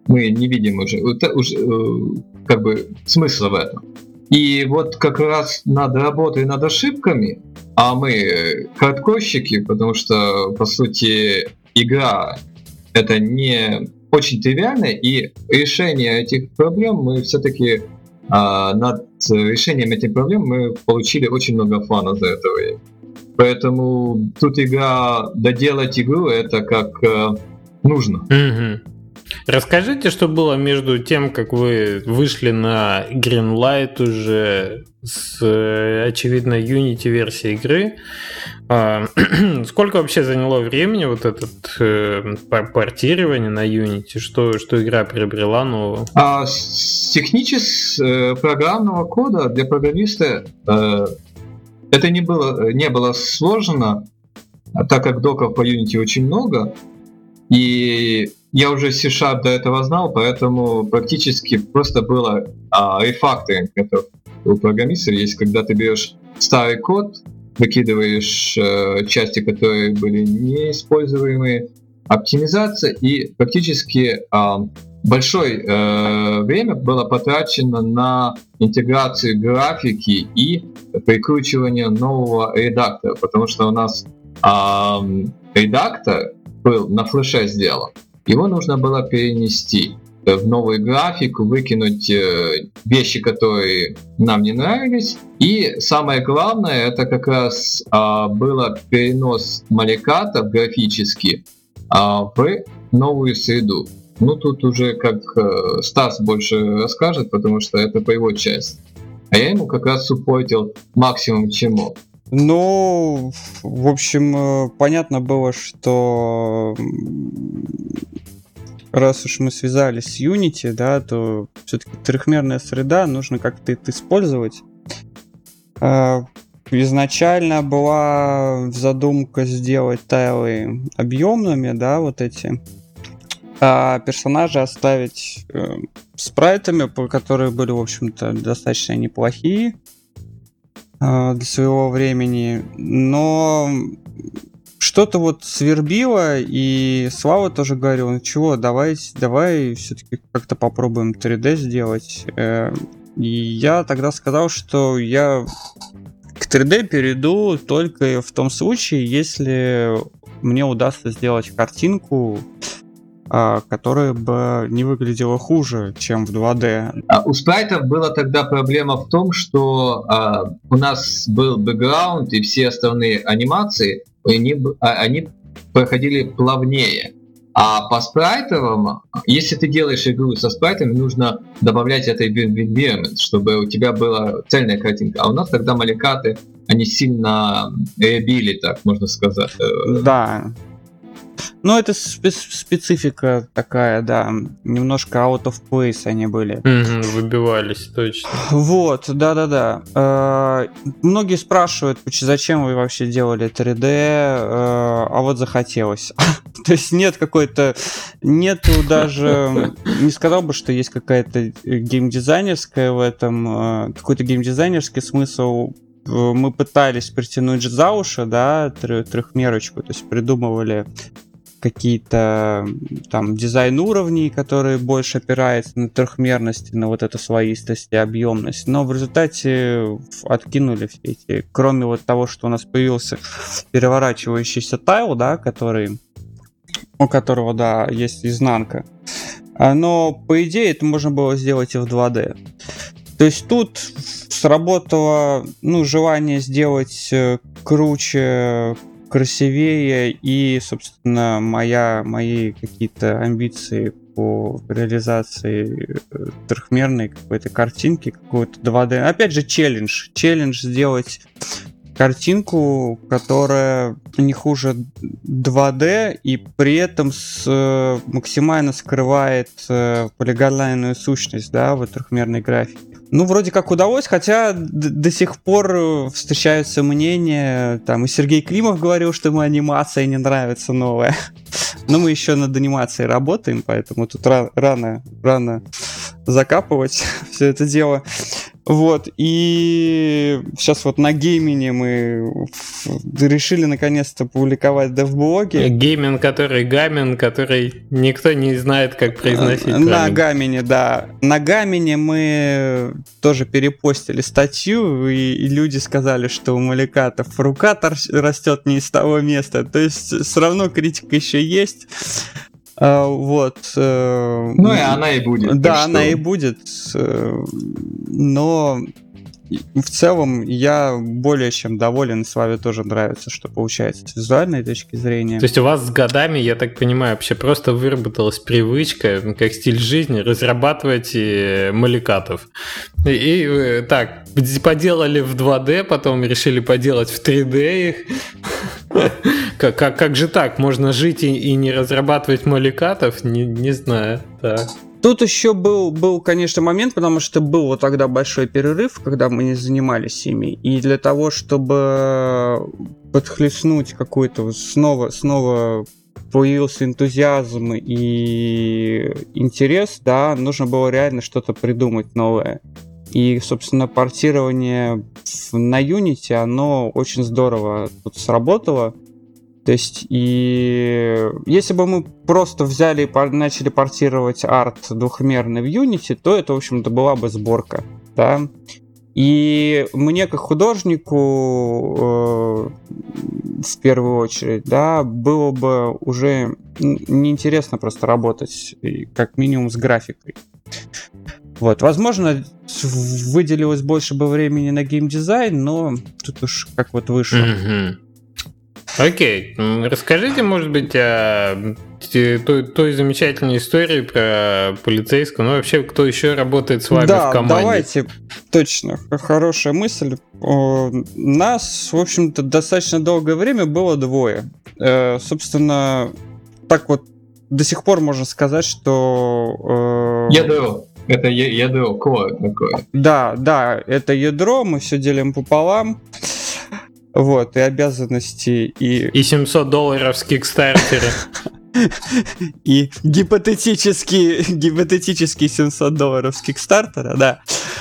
мы не видим уже как бы смысла в этом. И вот как раз над работой над ошибками, а мы хардкорщики, потому что, по сути, игра — это не очень тривиально, и решение этих проблем мы все-таки над решением этих проблем мы получили очень много фана за это время. Поэтому тут доделать игру — это как нужно. Угу. Расскажите, что было между тем, как вы вышли на Greenlight уже с, очевидно, Unity-версии игры. Сколько вообще заняло времени вот это портирование на Unity? Что игра приобрела нового? С технического программного кода для программиста это не было сложно, так как доков по Unity очень много. И я уже C# до этого знал, поэтому практически просто было рефакторинг. Это у программистов есть, когда ты берешь старый код, выкидываешь части, которые были неиспользуемые, оптимизация, и практически большое время было потрачено на интеграцию графики и прикручивание нового редактора, потому что у нас редактор был на флеше сделан. Его нужно было перенести в новую графику, выкинуть вещи, которые нам не нравились. И самое главное, это как раз было перенос маликатов графически в новую среду. Ну, тут уже как Стас больше расскажет, потому что это по его части. А я ему как раз суппортил максимум чему. Ну, в общем, понятно было, что раз уж мы связались с Unity, да, то все-таки трехмерная среда нужно как-то это использовать. Изначально была задумка сделать тайлы объемными, да, вот эти, а персонажи оставить спрайтами, которые были, в общем-то, достаточно неплохие для своего времени, но что-то вот свербило, и Слава тоже говорил, ну чего, давай все-таки как-то попробуем 3D сделать. И я тогда сказал, что я к 3D перейду только в том случае, если мне удастся сделать картинку, которая бы не выглядела хуже, чем в 2D. У спрайтов была тогда проблема в том, что у нас был бэкграунд, и все остальные анимации, они проходили плавнее. А по спрайтовым, если ты делаешь игру со спрайтами, нужно добавлять это environment, чтобы у тебя была цельная картинка. А у нас тогда маликаты, они сильно ребили, так можно сказать. Да. Ну, это специфика такая, да. Немножко out of place они были. Выбивались, точно. Вот, да-да-да. Многие спрашивают, зачем вы вообще делали 3D, а вот захотелось. То есть нету даже, не сказал бы, что есть какая-то геймдизайнерская в этом, какой-то геймдизайнерский смысл. Мы пытались притянуть за уши, да, трехмерочку, то есть придумывали какие-то там дизайн уровней, которые больше опираются на трехмерность, на вот эту слоистость и объемность, но в результате откинули все эти, кроме вот того, что у нас появился переворачивающийся тайл, да, у которого, да, есть изнанка, но по идее это можно было сделать и в 2D. То есть тут сработало, желание сделать круче, красивее, и, собственно, мои какие-то амбиции по реализации трехмерной какой-то картинки, какой-то 2D. Опять же, челлендж сделать картинку, которая не хуже 2D и при этом максимально скрывает полигональную сущность, да, в трехмерной графике. Ну, вроде как удалось, хотя до сих пор встречаются мнения, там и Сергей Климов говорил, что ему анимация не нравится новая. Но мы еще над анимацией работаем, поэтому тут рано закапывать все это дело. Вот, и сейчас вот на геймине мы решили наконец-то публиковать девблоги. Геймин, гамин, который никто не знает, как произносить. На гамине, да. На гамине мы тоже перепостили статью, и люди сказали, что у Маликатов рука растет не из того места. То есть все равно критика еще есть. Вот. Ну и она и будет. Да, она и будет. Но в целом я более чем доволен, с вами тоже нравится, что получается с визуальной точки зрения. То есть у вас с годами, я так понимаю, вообще просто выработалась привычка, как стиль жизни, разрабатывать маликатов. И так, поделали в 2D, потом решили поделать в 3D их. Как же так? Можно жить и не разрабатывать маликатов? Не знаю. Так. Тут еще был, конечно, момент, потому что был вот тогда большой перерыв, когда мы не занимались ими. И для того, чтобы подхлестнуть какой-то снова появился энтузиазм и интерес, да, нужно было реально что-то придумать новое. И, собственно, портирование на Unity, оно очень здорово тут сработало. То есть, и если бы мы просто взяли и начали портировать арт двухмерный в Unity, то это, в общем-то, была бы сборка, да. И мне, как художнику, в первую очередь, да, было бы уже неинтересно просто работать, как минимум, с графикой. Вот, возможно, выделилось больше бы времени на геймдизайн, но тут уж как вот вышло. Окей, расскажите, может быть, о той замечательной истории про полицейского, ну вообще, кто еще работает с вами в команде? Да, давайте, точно, хорошая мысль. Нас, в общем-то, достаточно долгое время было двое. Собственно, так вот, до сих пор можно сказать, что... ядро. Это ядро, core такое. Да, это ядро, мы все делим пополам. Вот, и обязанности, и $700 с Кикстартера. И гипотетические $700 с Кикстартера, да.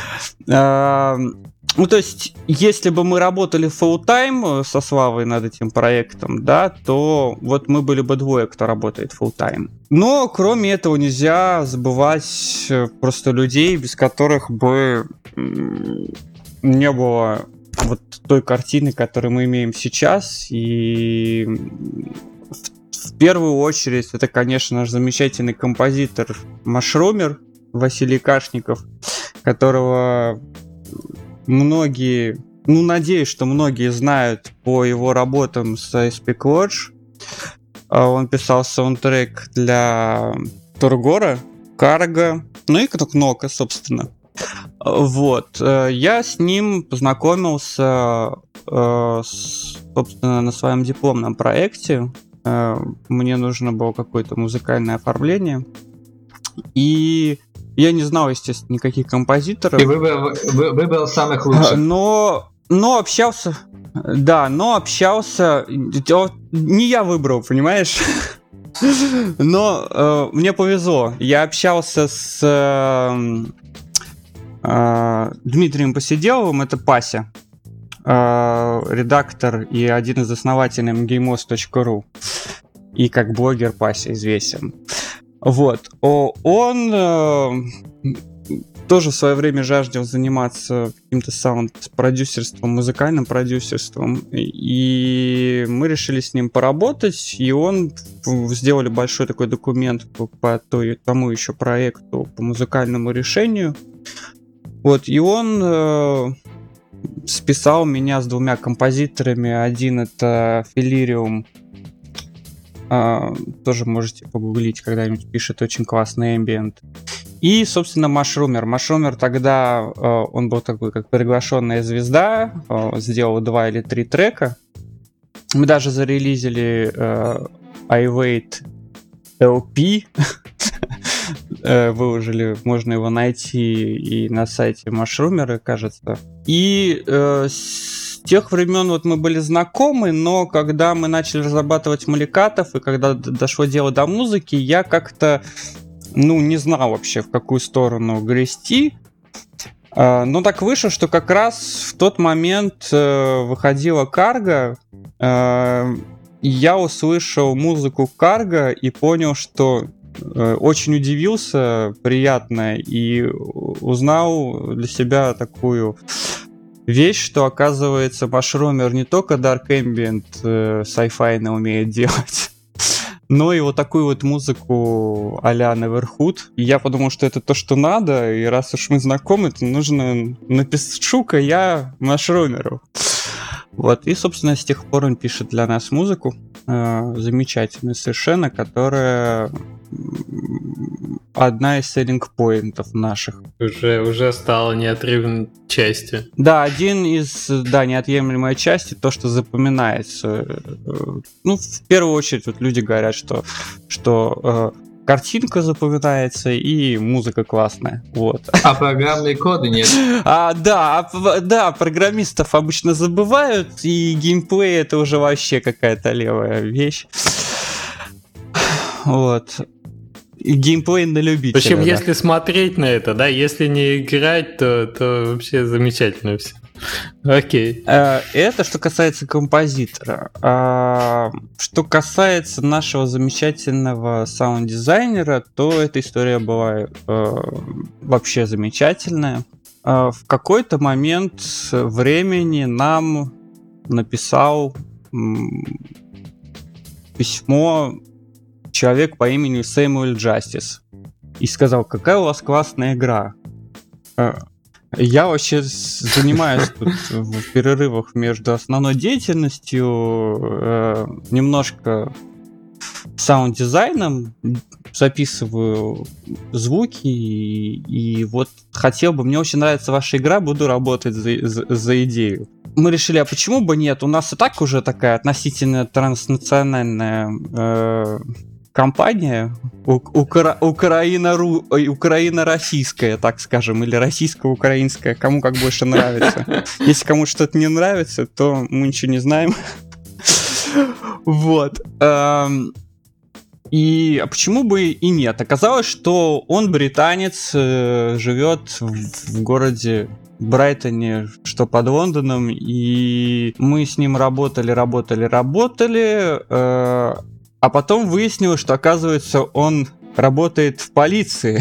Ну, то есть, если бы мы работали full-time со Славой над этим проектом, да, то вот мы были бы двое, кто работает full-time. Но, кроме этого, нельзя забывать просто людей, без которых бы не было вот той картины, которую мы имеем сейчас. И в первую очередь это, конечно, наш замечательный композитор Машрумер Василий Кашников, которого многие, ну, надеюсь, что многие знают по его работам с Icepeak Lodge. Он писал саундтрек для Тургора, Карга, ну и Кнокнока, собственно. Вот, я с ним познакомился, собственно, на своем дипломном проекте. Мне нужно было какое-то музыкальное оформление. И я не знал, естественно, никаких композиторов. Ты выбрал самых лучших. Но общался... Да, но общался... Не я выбрал, понимаешь? Но мне повезло. Я общался с Дмитрием Посиделовым, это Пася, редактор и один из основателей gamos.ru, и как блогер Пася известен. Вот. Он тоже в свое время жаждал заниматься каким-то саунд-продюсерством, музыкальным продюсерством, и мы решили с ним поработать, и сделали большой такой документ по тому еще проекту по музыкальному решению. Вот, и он списал меня с двумя композиторами. Один это Филириум, тоже можете погуглить когда-нибудь, пишет очень классный эмбиент. И, собственно, Машрумер. Машрумер тогда, он был такой, как приглашенная звезда, сделал 2 или 3 трека. Мы даже зарелизили I Wait LP, выложили, можно его найти и на сайте Машрумера, кажется. И с тех времен вот мы были знакомы, но когда мы начали разрабатывать Маликатов, и когда дошло дело до музыки, я как-то, не знал вообще, в какую сторону грести. Но так вышло, что как раз в тот момент выходила Cargo, и я услышал музыку Cargo и понял, что очень удивился приятно и узнал для себя такую вещь, что, оказывается, Mushroom не только Dark Ambient sci-fi умеет делать, но и вот такую вот музыку а-ля Neverhood. И я подумал, что это то, что надо, и раз уж мы знакомы, то нужно напишу-ка я Mushroom'еру. Вот, и, собственно, с тех пор он пишет для нас музыку, замечательную совершенно, которая одна из селлинг-поинтов наших. Уже стала неотрывной частью. Да, один из, неотъемлемой части, то, что запоминается. Ну, в первую очередь, вот люди говорят, что картинка запоминается и музыка классная. Вот. А программные коды нет. Да, программистов обычно забывают, и геймплей это уже вообще какая-то левая вещь. Вот. И геймплей на любителя. Причем, да. если смотреть на это, да, если не играть, то вообще замечательно все. Окей. Это что касается композитора. Что касается нашего замечательного саунд-дизайнера, то эта история была вообще замечательная. В какой-то момент времени нам написал письмо человек по имени Сэмюэль Джастис и сказал: какая у вас классная игра. Я вообще занимаюсь тут в перерывах между основной деятельностью немножко саунд-дизайном, записываю звуки, и вот хотел бы, мне очень нравится ваша игра, буду работать за идею. Мы решили, а почему бы нет? У нас и так уже такая относительно транснациональная компания, Украина-российская, так скажем, или российско-украинская, кому как больше нравится. Если кому что-то не нравится, то мы ничего не знаем. Вот. И почему бы и нет? Оказалось, что он британец, живет в городе Брайтоне, что под Лондоном, и мы с ним работали, а потом выяснилось, что, оказывается, он работает в полиции.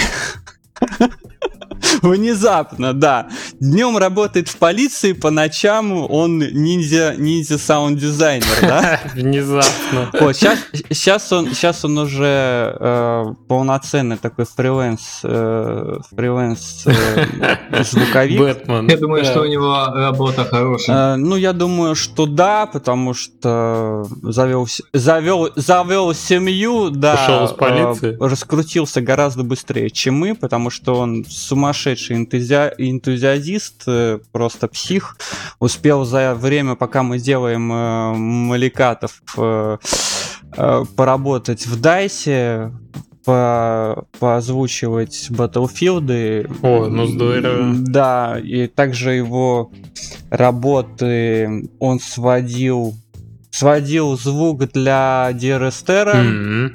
Внезапно, да. Днем работает в полиции, по ночам он ниндзя саунд-дизайнер, да? Внезапно. Вот, сейчас он уже полноценный такой фриланс звуковик. Бэтмен. Я думаю, что у него работа хорошая. Ну, я думаю, что да, потому что завел семью, да. Ушел из полиции. Раскрутился гораздо быстрее, чем мы, потому что он сумасшедший энтузиазист, просто псих. Успел за время, пока мы делаем маликатов, поработать в Дайсе, поозвучивать Battlefield. О, ну здорово. Да, и также его работы он сводил звук для DRS-тера.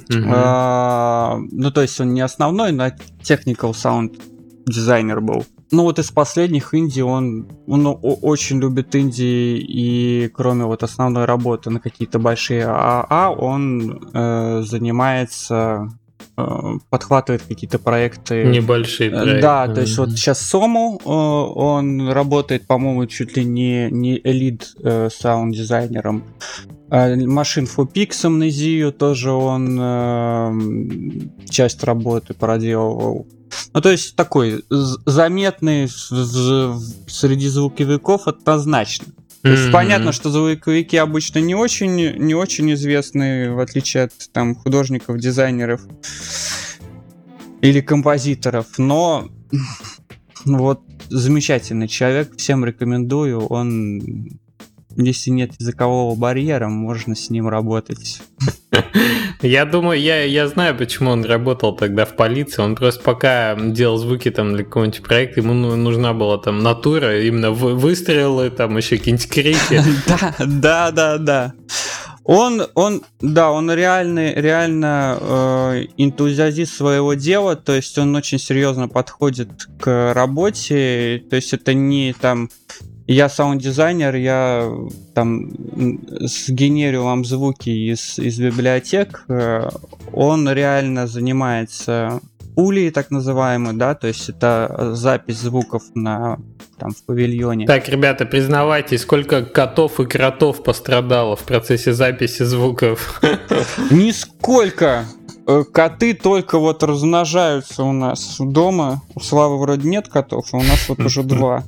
Ну, то есть он не основной, но technical sound дизайнер был. Ну вот из последних инди он очень любит инди, и кроме вот основной работы на какие-то большие АА, он занимается, подхватывает какие-то проекты. Небольшие проекты. Да, то есть вот сейчас Сому, он работает, по-моему, чуть ли не элит саунд-дизайнером. Machine for Pix, Amnesia, тоже он часть работы проделывал. Ну, то есть такой заметный среди звуковиков однозначно. То есть понятно, что звуковики обычно не очень известны, в отличие от там художников, дизайнеров или композиторов, но вот замечательный человек, всем рекомендую. Он, если нет языкового барьера, можно с ним работать. Я думаю, я знаю, почему он работал тогда в полиции. Он просто пока делал звуки там для какого-нибудь проекта, ему нужна была там натура, именно выстрелы, там еще какие-нибудь крики. Да. Он реально энтузиаст своего дела, то есть он очень серьезно подходит к работе, то есть это не там я саунд-дизайнер, я там сгенерю вам звуки из библиотек, он реально занимается пулей, так называемой, да, то есть это запись звуков в павильоне. Так, ребята, признавайтесь, сколько котов и кротов пострадало в процессе записи звуков? Нисколько. Коты только вот размножаются у нас дома. У Славы вроде нет котов, а у нас вот уже 2.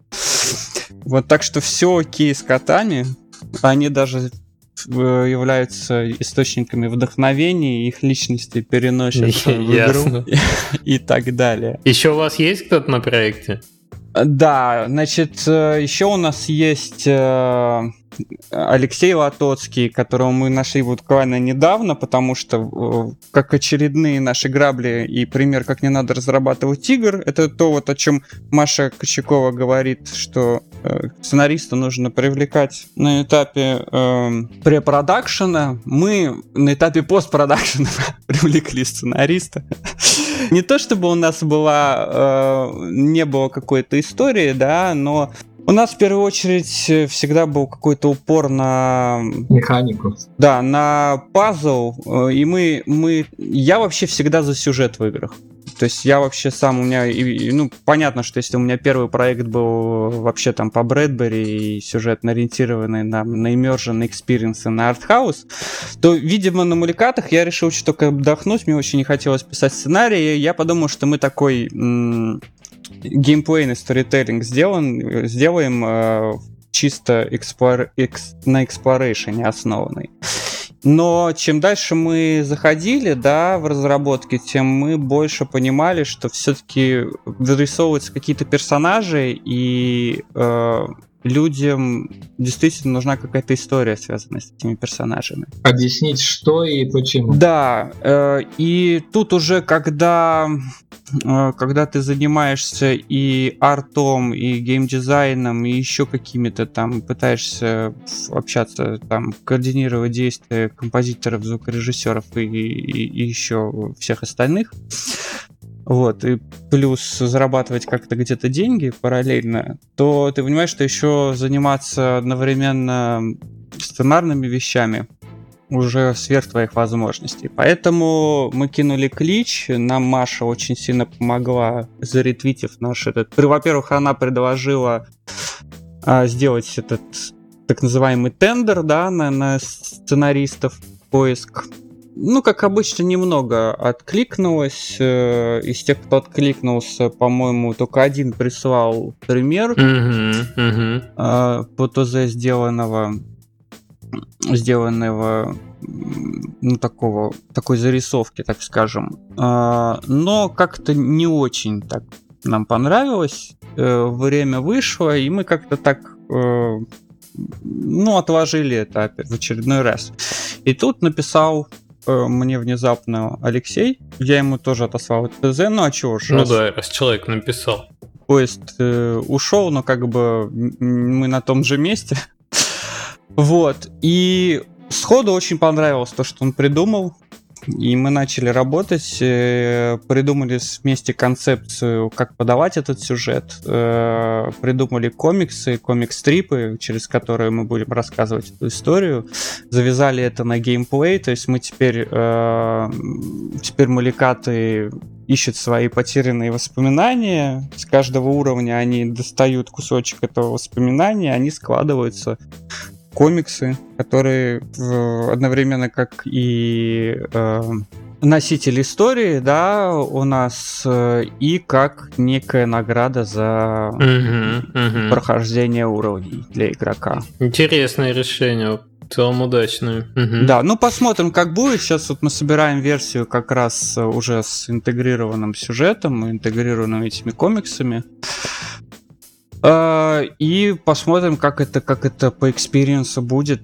Вот, так что все окей с котами. Они даже являются источниками вдохновения, их личности переносятся в игру и так далее. Еще у вас есть кто-то на проекте? Да, значит, еще у нас есть Алексей Латоцкий, которого мы нашли буквально недавно, потому что как очередные наши грабли и пример, как не надо разрабатывать игр, это то, вот о чем Маша Кочакова говорит, что сценариста нужно привлекать на этапе препродакшена. Мы на этапе постпродакшена привлекли сценариста. Не то чтобы у нас не было какой-то истории, да, но у нас в первую очередь всегда был какой-то упор на механику. Да, на пазл. И я вообще всегда за сюжет в играх. То есть я вообще сам, у меня, понятно, что если у меня первый проект был вообще там по Брэдбери и сюжетно ориентированный на immersion experience, на артхаус, то, видимо, на Муликатах я решил чуть только отдохнуть, мне очень не хотелось писать сценарий, и я подумал, что мы такой геймплейный сторителлинг сделаем чисто на эксплорейшене основанный. Но чем дальше мы заходили, да, в разработке, тем мы больше понимали, что все-таки вырисовываются какие-то персонажи, и людям действительно нужна какая-то история, связанная с этими персонажами. Объяснить, что и почему. Да, и тут уже, когда ты занимаешься и артом, и геймдизайном, и еще какими-то там, пытаешься общаться, там, координировать действия композиторов, звукорежиссеров и еще всех остальных, вот, и плюс зарабатывать как-то где-то деньги параллельно, то ты понимаешь, что еще заниматься одновременно сценарными вещами уже сверх твоих возможностей. Поэтому мы кинули клич, нам Маша очень сильно помогла, заретвитив наш этот... Во-первых, она предложила сделать этот так называемый тендер, да, на сценаристов, поиск. Как обычно, немного откликнулось. Из тех, кто откликнулся, по-моему, только один прислал пример по ТЗ сделанного такой зарисовки, так скажем. Но как-то не очень так нам понравилось. Время вышло, и мы как-то так отложили это в очередной раз. И тут написал мне внезапно Алексей. Я ему тоже отослал ТЗ, а чего ж. Раз человек написал. Поезд ушел, но как бы мы на том же месте. Вот. И сходу очень понравилось то, что он придумал. И мы начали работать, придумали вместе концепцию, как подавать этот сюжет, придумали комикс-стрипы, через которые мы будем рассказывать эту историю, завязали это на геймплей, то есть мы теперь Муликаты ищут свои потерянные воспоминания, с каждого уровня они достают кусочек этого воспоминания, они складываются комиксы, которые одновременно как и носитель истории, да, у нас, и как некая награда за прохождение уровней для игрока. Интересное решение, в целом удачное. Да, посмотрим, как будет. Сейчас вот мы собираем версию как раз уже с интегрированным сюжетом, интегрированными этими комиксами. И посмотрим, как это по экспириенсу будет.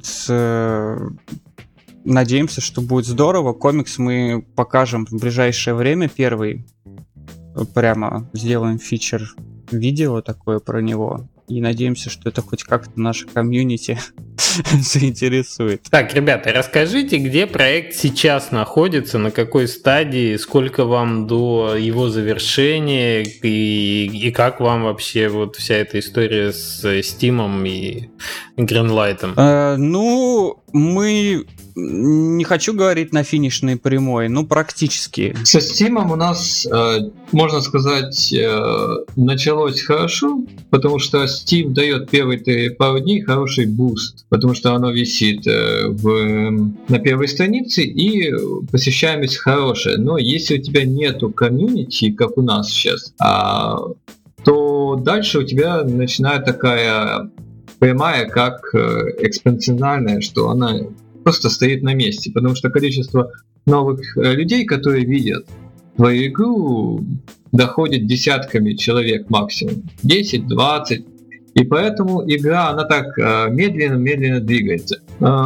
Надеемся, что будет здорово. Комикс мы покажем в ближайшее время. Первый прямо сделаем фичер видео такое про него. и надеемся, что это хоть как-то наше комьюнити заинтересует. Так, ребята, расскажите, где проект сейчас находится, на какой стадии, сколько вам до его завершения и как вам вообще вот вся эта история с Steam и Greenlight? Ну, мы... Не хочу говорить на финишной прямой, ну практически. Со Steam у нас, можно сказать, началось хорошо, потому что Steam дает первые пару дней хороший буст, потому что оно висит на первой странице и посещаемость хорошая. Но если у тебя нету комьюнити, как у нас сейчас, то дальше у тебя начинает такая прямая, как экспоненциальная, что она просто стоит на месте, потому что количество новых людей, которые видят твою игру, доходит десятками человек максимум, 10-20, и поэтому игра, она так медленно-медленно двигается.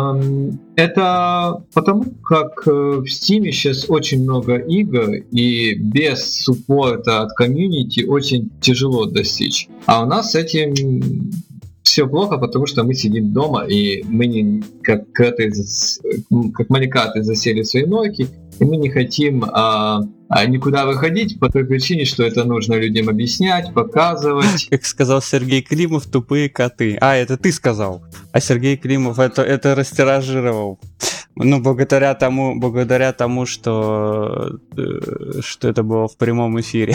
Это потому, как в Steam сейчас очень много игр, и без суппорта от комьюнити очень тяжело достичь. А у нас с этим все плохо, потому что мы сидим дома, и мы не как манекаты засели в свои норки, и мы не хотим никуда выходить по той причине, что это нужно людям объяснять, показывать. Как сказал Сергей Климов, тупые коты. Это ты сказал. А Сергей Климов это растиражировал. Ну, благодаря тому, что это было в прямом эфире.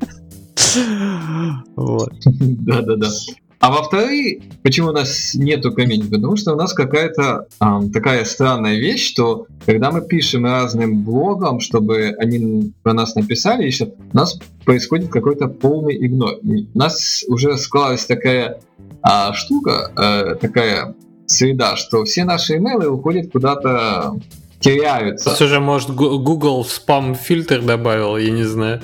Вот. Да. А во-вторых, почему у нас нету комьюнити? Потому что у нас какая-то такая странная вещь, что когда мы пишем разным блогам, чтобы они про нас написали, еще у нас происходит какой-то полный игнор. У нас уже склалась такая штука, такая среда, что все наши имейлы уходят куда-то, теряются. Сейчас уже, может, Google спам-фильтр добавил, я не знаю.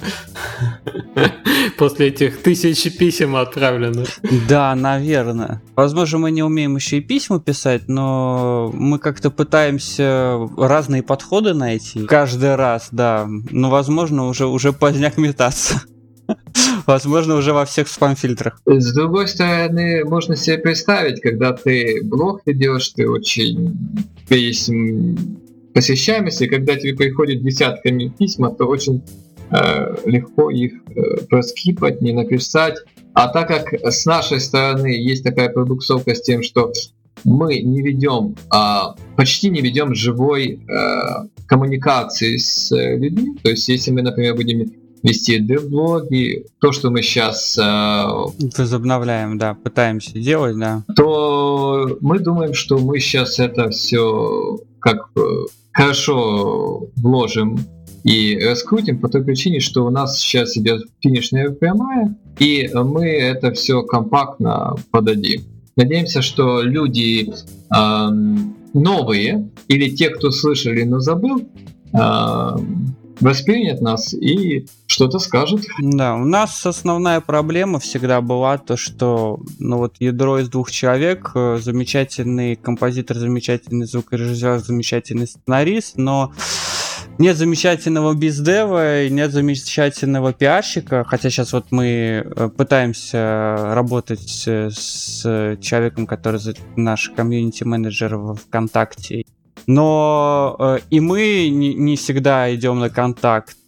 После этих 1000 писем отправленных. Да, наверное. Возможно, мы не умеем еще и письма писать, но мы как-то пытаемся разные подходы найти. Каждый раз, да. Но, возможно, уже поздняк метаться. Возможно, уже во всех спам-фильтрах. С другой стороны, можно себе представить, когда ты блог ведешь, ты очень... есть посещаемость, и когда тебе приходят десятками письма, то очень легко их проскипать, не написать. А так как с нашей стороны есть такая пробуксовка с тем, что мы не ведем, почти не ведем живой коммуникации с людьми, то есть если мы, например, будем вести дев-блоги, то, что мы сейчас возобновляем, да, пытаемся делать, да, то мы думаем, что мы сейчас это все как хорошо вложим и раскрутим по той причине, что у нас сейчас идет финишная прямая, и мы это все компактно подадим. Надеемся, что люди новые или те, кто слышали, но забыл, воспринят нас и что-то скажут. Да, у нас основная проблема всегда была то, что ядро из 2 человек, замечательный композитор, замечательный звукорежиссер, замечательный сценарист, но нет замечательного бездева и нет замечательного пиарщика, хотя сейчас мы пытаемся работать с человеком, который наш комьюнити-менеджер в ВКонтакте. Но и мы не всегда идем на контакт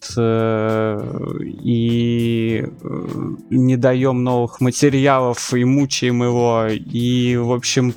и не даем новых материалов и мучаем его. И, в общем,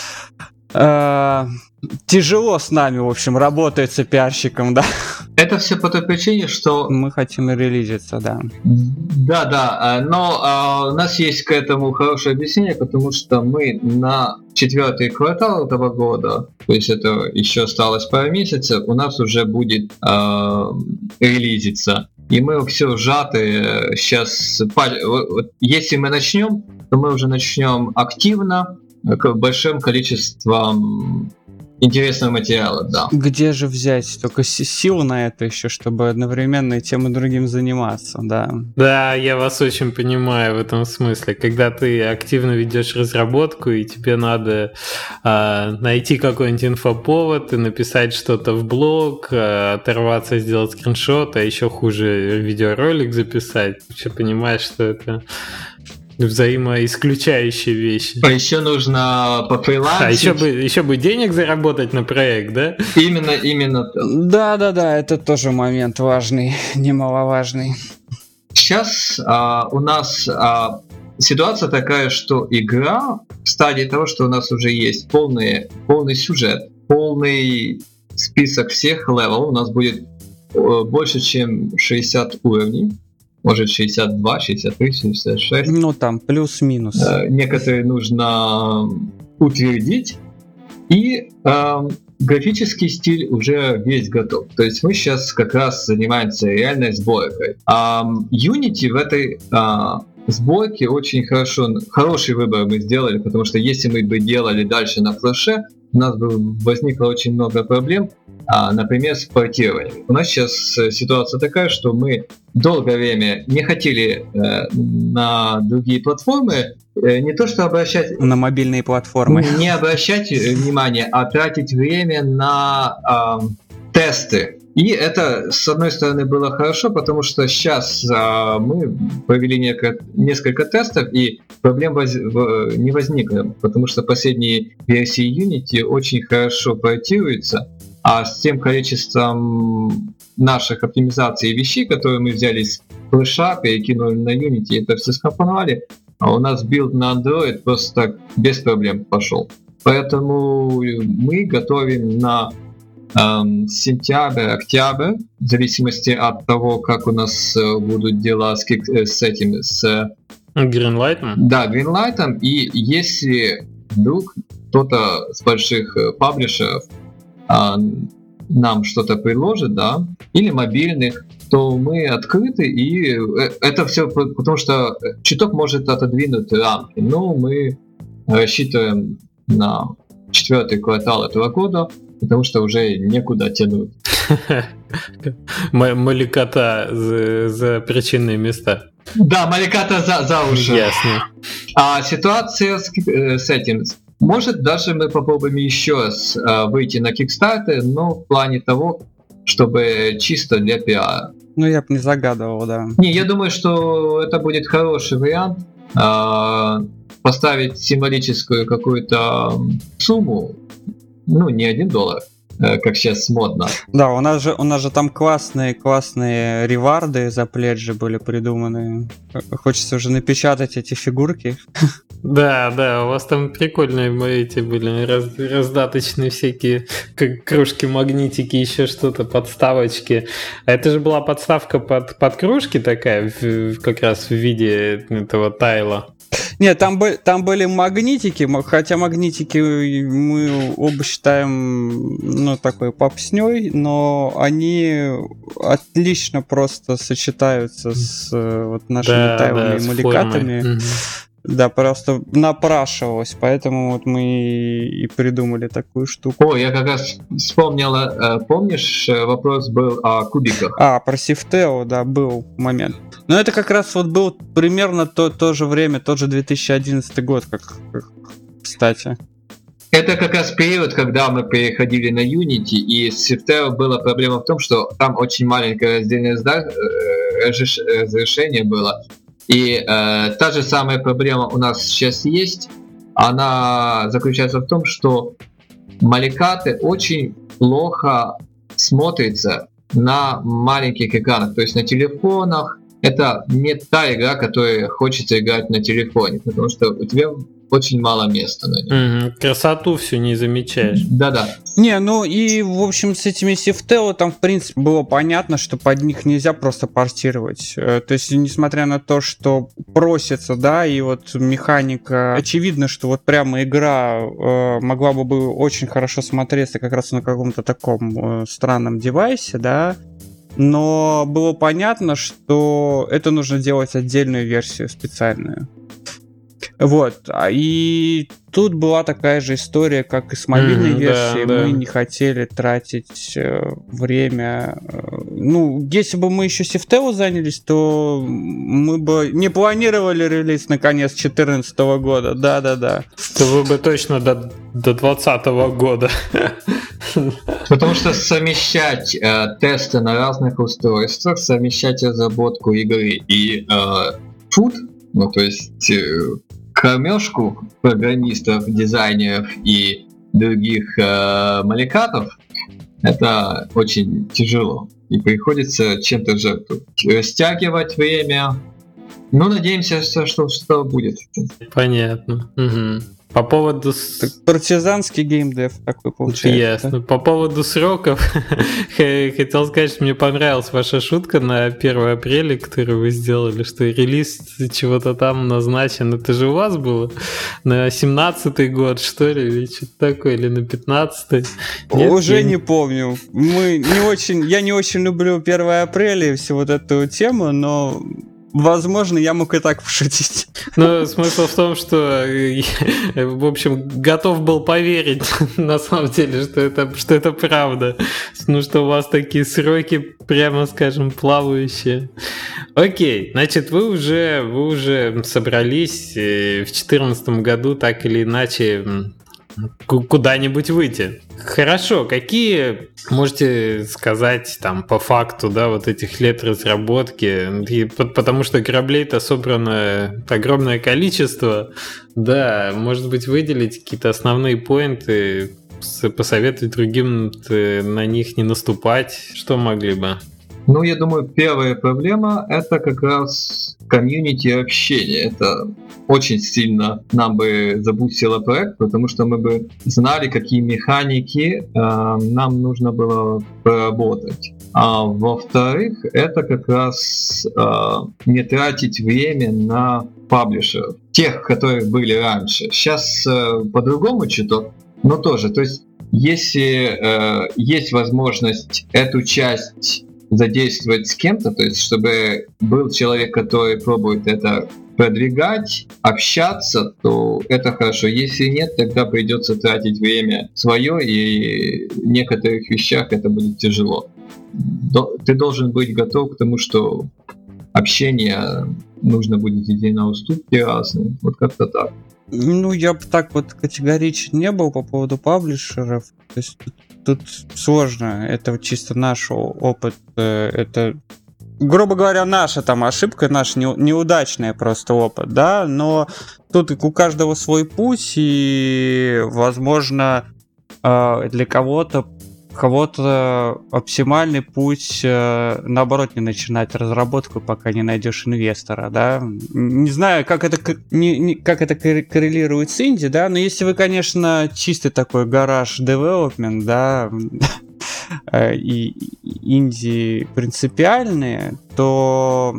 тяжело с нами, в общем, работается пиарщиком, да. Это все по той причине, что... Мы хотим релизиться, да. Да, но у нас есть к этому хорошее объяснение, потому что мы на 4-й квартал этого года, то есть это еще осталось пару месяцев, у нас уже будет релизиться. И мы все сжаты сейчас. Если мы начнем, то мы уже начнем активно, большим количеством интересного материала, да. Где же взять только сил на это еще, чтобы одновременно и тем и другим заниматься, да? Да, я вас очень понимаю в этом смысле. Когда ты активно ведешь разработку, и тебе надо найти какой-нибудь инфоповод и написать что-то в блог, оторваться, сделать скриншот, а еще хуже видеоролик записать. Вообще понимаешь, что это взаимоисключающие вещи. А еще нужно пофрилансить. А еще бы денег заработать на проект, да? Именно так. Да, это тоже момент важный, немаловажный. Сейчас у нас ситуация такая, что игра в стадии того, что у нас уже есть полный сюжет, полный список всех левелов. У нас будет больше, чем 60 уровней. Может 62, 63, 66. Ну там плюс-минус. Некоторые нужно утвердить. И графический стиль уже весь готов. То есть мы сейчас как раз занимаемся реальной сборкой. Unity в этой сборке очень хороший выбор мы сделали, потому что если мы бы делали дальше на флеше, у нас бы возникло очень много проблем, например, с портированием. У нас сейчас ситуация такая, что мы долгое время не хотели на другие платформы не то что обращать... На мобильные платформы. Не обращать внимания, а тратить время на тесты. И это, с одной стороны, было хорошо, потому что сейчас мы провели несколько тестов, и проблем не возникло, потому что последние версии Unity очень хорошо портируются, а с тем количеством наших оптимизаций и вещей, которые мы взяли с флеша, перекинули на Unity, это все скомпоновали, а у нас билд на Android просто так без проблем пошел. Поэтому мы готовим на сентябрь, октябрь, в зависимости от того, как у нас будут дела с Greenlight'ом? Да, Greenlight'ом. И если вдруг кто-то с больших паблишеров нам что-то предложит, да, или мобильных, то мы открыты, и это все потому, что чуток может отодвинуть рамки. Но мы рассчитываем на 4-й квартал этого года, потому что уже некуда тянуть. Маликота за причинные места. Да, маликота за уши. Ясно. А ситуация с этим... Может, даже мы попробуем еще раз выйти на Kickstarter, но в плане того, чтобы чисто для пиара. Ну, я бы не загадывал, да. Не, я думаю, что это будет хороший вариант. Поставить символическую какую-то сумму, ну, не $1, как сейчас модно. Да, у нас же там классные реварды за пледжи были придуманы. Хочется уже напечатать эти фигурки. Да, у вас там прикольные эти были раздаточные всякие кружки, магнитики, еще что-то, подставочки. А это же была подставка под кружки такая, как раз в виде этого тайла. Нет, там были магнитики, хотя магнитики мы оба считаем, ну, такой попснёй, но они отлично просто сочетаются с вот нашими тайлами и маликатами. Да, просто напрашивалось, поэтому вот мы и придумали такую штуку. О, я как раз вспомнила, помнишь, вопрос был о кубиках? Про Сифтео, да, был момент. Но это как раз вот был примерно то же время, тот же 2011 год, как кстати. Это как раз период, когда мы переходили на Unity, и с Сифтео была проблема в том, что там очень маленькое раздельное разрешение было. И та же самая проблема у нас сейчас есть. Она заключается в том, что маликаты очень плохо смотрятся на маленьких экранах, то есть на телефонах. Это не та игра, которую хочется играть на телефоне, потому что у тебя очень мало места на нем. Красоту всю не замечаешь. Да. Не, ну и, в общем, с этими Сифтео там, в принципе, было понятно, что под них нельзя просто портировать. То есть, несмотря на то, что просится, да, и вот механика... Очевидно, что вот прямо игра могла бы очень хорошо смотреться как раз на каком-то таком странном девайсе, да, но было понятно, что это нужно делать отдельную версию специальную. Вот, и тут была такая же история, как и с мобильной версией. Мы не хотели тратить время. Ну, если бы мы еще Сифтео занялись, то мы бы не планировали релиз на конец 2014 года. Да. То вы бы точно до 2020 года. Потому что совмещать тесты на разных устройствах, совмещать разработку игры и фуд Ну, то есть кормежку программистов, дизайнеров и других маликатов это очень тяжело. И приходится чем-то жертвовать. Растягивать время. Ну, надеемся, что будет. Понятно. Угу. По поводу... Партизанский геймдев такой получается. Ясно. Да? По поводу сроков, хотел сказать, что мне понравилась ваша шутка на 1 апреля, которую вы сделали, что релиз чего-то там назначен. Это же у вас было? На 17-й год, что ли? Или что-то такое? Или на 15-й? Уже не помню. Я не очень люблю 1 апреля и всю вот эту тему, но... Возможно, я мог и так пошутить. Но смысл в том, что, в общем, готов был поверить, на самом деле, что это правда. Ну, что у вас такие сроки, прямо скажем, плавающие. Окей, значит, вы уже собрались в 2014 году так или иначе куда-нибудь выйти. Хорошо, какие можете сказать там по факту, да, вот этих лет разработки, потому что кораблей-то собрано огромное количество, да, может быть, выделить какие-то основные поинты, посоветовать другим на них не наступать, что могли бы? Ну, я думаю, первая проблема — это как раз комьюнити общения. Это очень сильно нам бы забустило проект, потому что мы бы знали, какие механики нам нужно было проработать. А во-вторых, это как раз не тратить время на паблишеров, тех, которые были раньше. Сейчас по-другому чуток, но тоже. То есть, если есть возможность эту часть задействовать с кем-то, то есть чтобы был человек, который пробует это продвигать, общаться, то это хорошо. Если нет, тогда придется тратить время свое, и в некоторых вещах это будет тяжело. Ты должен быть готов к тому, что общение нужно будет идти на уступки разные. Вот как-то так. Ну, я бы так вот категорично не был по поводу паблишеров. То есть тут сложно. Это чисто наш опыт. Это, грубо говоря, наша там ошибка, наш неудачный просто опыт, да. Но тут у каждого свой путь, и, возможно, для кого-то оптимальный путь, наоборот, не начинать разработку, пока не найдешь инвестора, да. Не знаю, как это коррелирует с инди, да, но если вы, конечно, чистый такой гараж девелопмент, да, и инди принципиальные, то,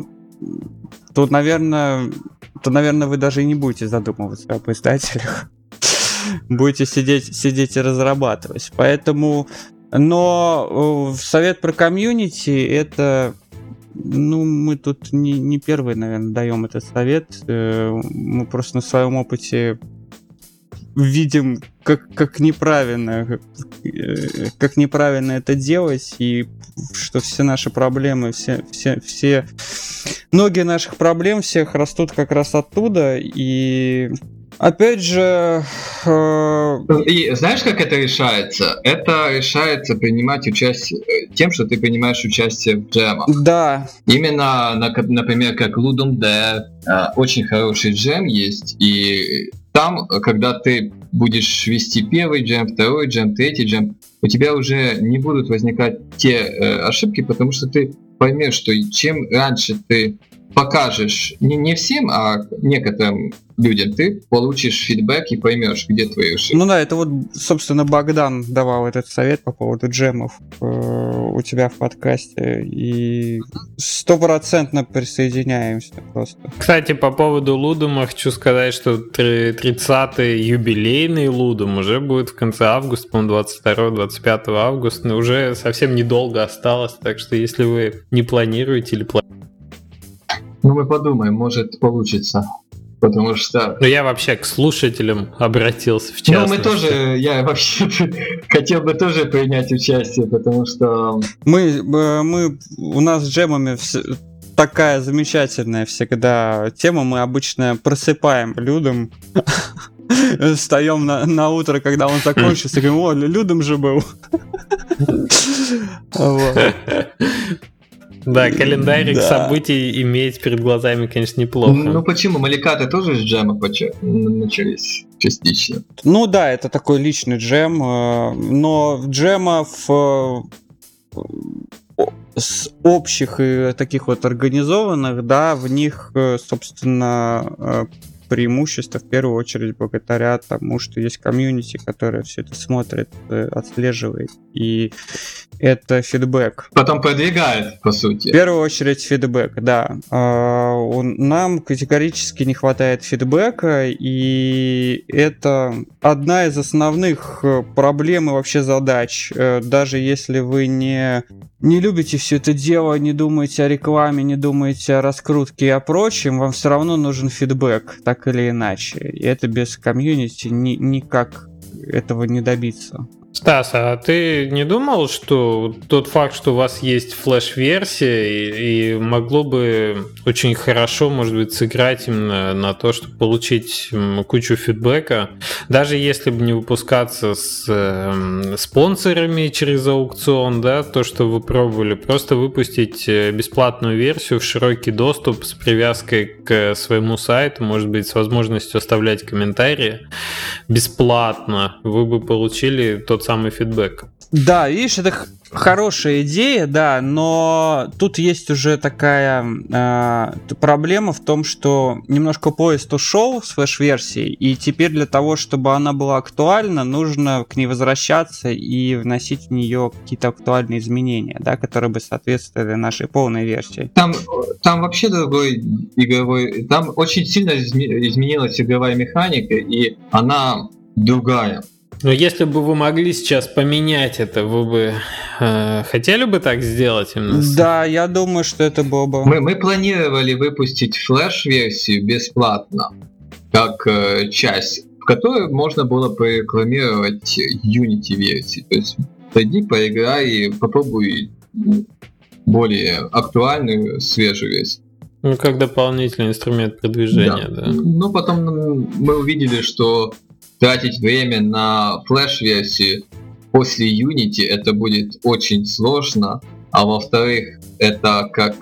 наверное, вы даже и не будете задумываться об издателях. Будете сидеть и разрабатывать. Поэтому... Но совет про комьюнити — это, ну, мы тут не первые, наверное, даем этот совет. Мы просто на своем опыте видим, как неправильно это делать, и что все наши проблемы, все многие наших проблем всех растут как раз оттуда. И опять же... И знаешь, как это решается? Это решается принимать участие тем, что ты принимаешь участие в джемах. Да. Именно, например, как Ludum Dare, очень хороший джем есть, и там, когда ты будешь вести первый джем, второй джем, третий джем, у тебя уже не будут возникать те ошибки, потому что ты поймешь, что чем раньше ты покажешь не всем, а некоторым людям, ты получишь фидбэк и поймешь, где твои ошибки. Ну да, это вот, собственно, Богдан давал этот совет по поводу джемов у тебя в подкасте, и 100% присоединяемся просто. Кстати, по поводу Лудума хочу сказать, что 30-й юбилейный Лудум уже будет в конце августа, по-моему, 22-25 августа, но уже совсем недолго осталось, так что если вы не планируете или планируете... Ну, мы подумаем, может получится. Потому что... Ну, я вообще к слушателям обратился, в частности. Ну, мы тоже, я вообще хотел бы тоже принять участие, потому что... У нас с джемами такая замечательная всегда тема, мы обычно просыпаем Людом, встаем на утро, когда он закончится, и говорим: о, Людом же был. Да, календарик Да. событий иметь перед глазами, конечно, неплохо. Ну почему? Маликаты тоже из джема начались частично. Ну да, это такой личный джем, но джемов с общих и таких вот организованных, да, в них, собственно, преимущество в первую очередь благодаря тому, что есть комьюнити, которое все это смотрит, отслеживает, и это фидбэк. Потом продвигает, по В сути. первую очередь фидбэк, да. Нам категорически не хватает фидбэка, и это одна из основных проблем и вообще задач. Даже если вы не любите все это дело, не думаете о рекламе, не думаете о раскрутке и о прочем, вам все равно нужен фидбэк, так или иначе. И это без комьюнити никак этого не добиться. Стас, а ты не думал, что тот факт, что у вас есть флеш-версия, и могло бы очень хорошо, может быть, сыграть именно на то, чтобы получить кучу фидбэка, даже если бы не выпускаться с спонсорами через аукцион, да, то, что вы пробовали, просто выпустить бесплатную версию в широкий доступ с привязкой к своему сайту, может быть, с возможностью оставлять комментарии бесплатно, вы бы получили тот самый фидбэк. Да, видишь, это хорошая идея, да, но тут есть уже такая проблема в том, что немножко поезд ушел с флеш-версией, и теперь для того, чтобы она была актуальна, нужно к ней возвращаться и вносить в нее какие-то актуальные изменения, да, которые бы соответствовали нашей полной версии. Там вообще другой игровой... Там очень сильно изменилась игровая механика, и она другая. Но если бы вы могли сейчас поменять это, вы бы хотели бы так сделать? Да, я думаю, что это было бы... Мы планировали выпустить флеш-версию бесплатно, как часть, в которой можно было прорекламировать Unity-версии. То есть пойди, поиграй и попробуй более актуальную, свежую версию. Ну, как дополнительный инструмент продвижения, да. Но потом мы увидели, что тратить время на флеш-версию после Unity это будет очень сложно, а во-вторых, это как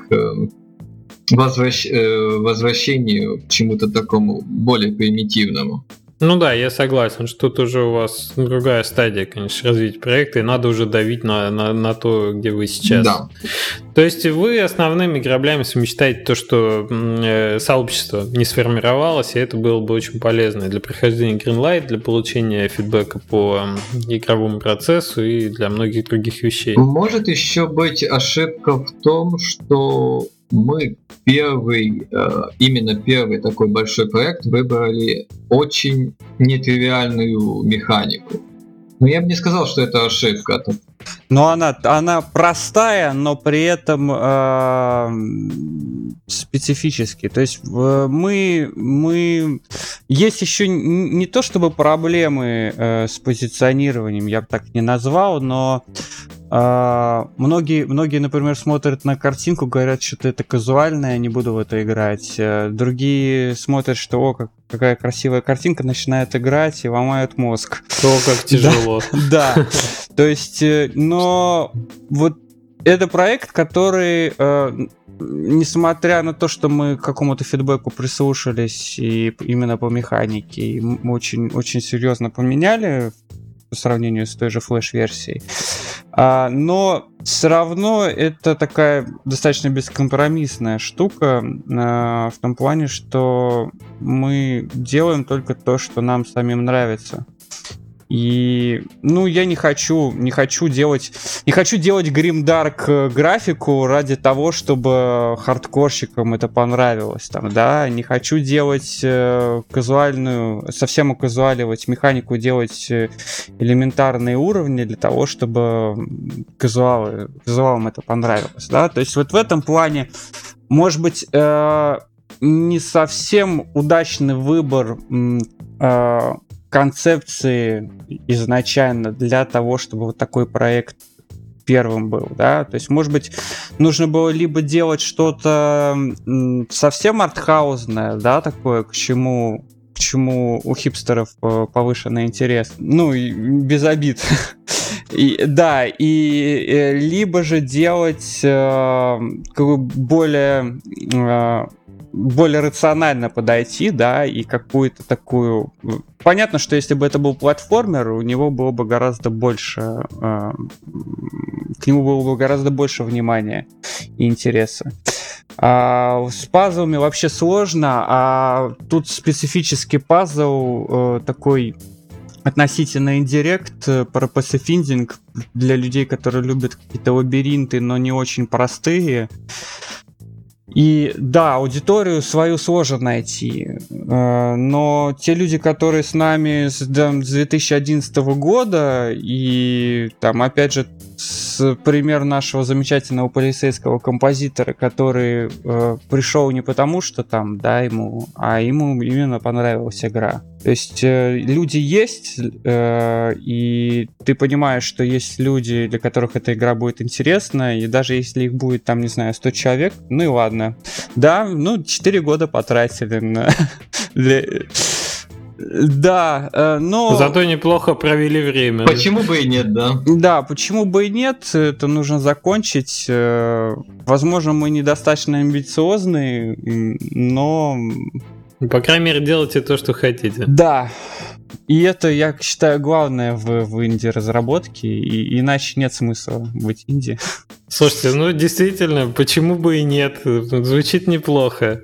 возвращение к чему-то такому более примитивному. Ну да, я согласен, что тут уже у вас другая стадия, конечно, развития проекта, и надо уже давить на то, где вы сейчас. Да. То есть вы основными граблями совмещаете то, что сообщество не сформировалось, и это было бы очень полезно для прохождения Greenlight, для получения фидбэка по игровому процессу и для многих других вещей. Может еще быть ошибка в том, что мы именно первый такой большой проект выбрали очень нетривиальную механику. Но я бы не сказал, что это ошибка. Но она простая, но при этом специфически. То есть мы есть еще не то чтобы проблемы с позиционированием, я бы так не назвал, но многие, например, смотрят на картинку, говорят, что это казуальное, не буду в это играть. Другие смотрят, что какая красивая картинка, начинают играть и ломают мозг. О, как тяжело. Да. То есть, но вот это проект, который, несмотря на то, что мы к какому-то фидбэку прислушались и именно по механике, мы очень серьезно поменяли по сравнению с той же флеш-версией, но все равно это такая достаточно бескомпромиссная штука в том плане, что мы делаем только то, что нам самим нравится. И, я не хочу делать гримдарк графику ради того, чтобы хардкорщикам это понравилось, там, да, не хочу делать совсем оказуаливать механику, делать элементарные уровни для того, чтобы казуалам это понравилось, да, то есть вот в этом плане, может быть, не совсем удачный выбор концепции изначально для того, чтобы вот такой проект первым был, да, то есть, может быть, нужно было либо делать что-то совсем артхаузное, да, такое, к чему у хипстеров повышенный интерес, и без обид, И либо же делать более рационально подойти, да, и какую-то такую... Понятно, что если бы это был платформер, у него было бы гораздо больше... К нему было бы гораздо больше внимания и интереса. С пазлами вообще сложно, а тут специфический пазл такой относительно индирект про пассив-индинг для людей, которые любят какие-то лабиринты, но не очень простые. И да, аудиторию свою сложно найти, но те люди, которые с нами с 2011 года, и там опять же пример нашего замечательного полицейского композитора, который пришел не потому, что там, да, ему именно понравилась игра. То есть люди есть, и ты понимаешь, что есть люди, для которых эта игра будет интересна, и даже если их будет, там, не знаю, 100 человек, ну и ладно. Да, 4 года потратили на... Да, но... Зато неплохо провели время. Почему бы и нет, да? Да, почему бы и нет, это нужно закончить. Возможно, мы недостаточно амбициозны, но... По крайней мере, делайте то, что хотите. Да, и это, я считаю, главное в инди-разработке, и иначе нет смысла быть инди. Слушайте, действительно, почему бы и нет? Звучит неплохо.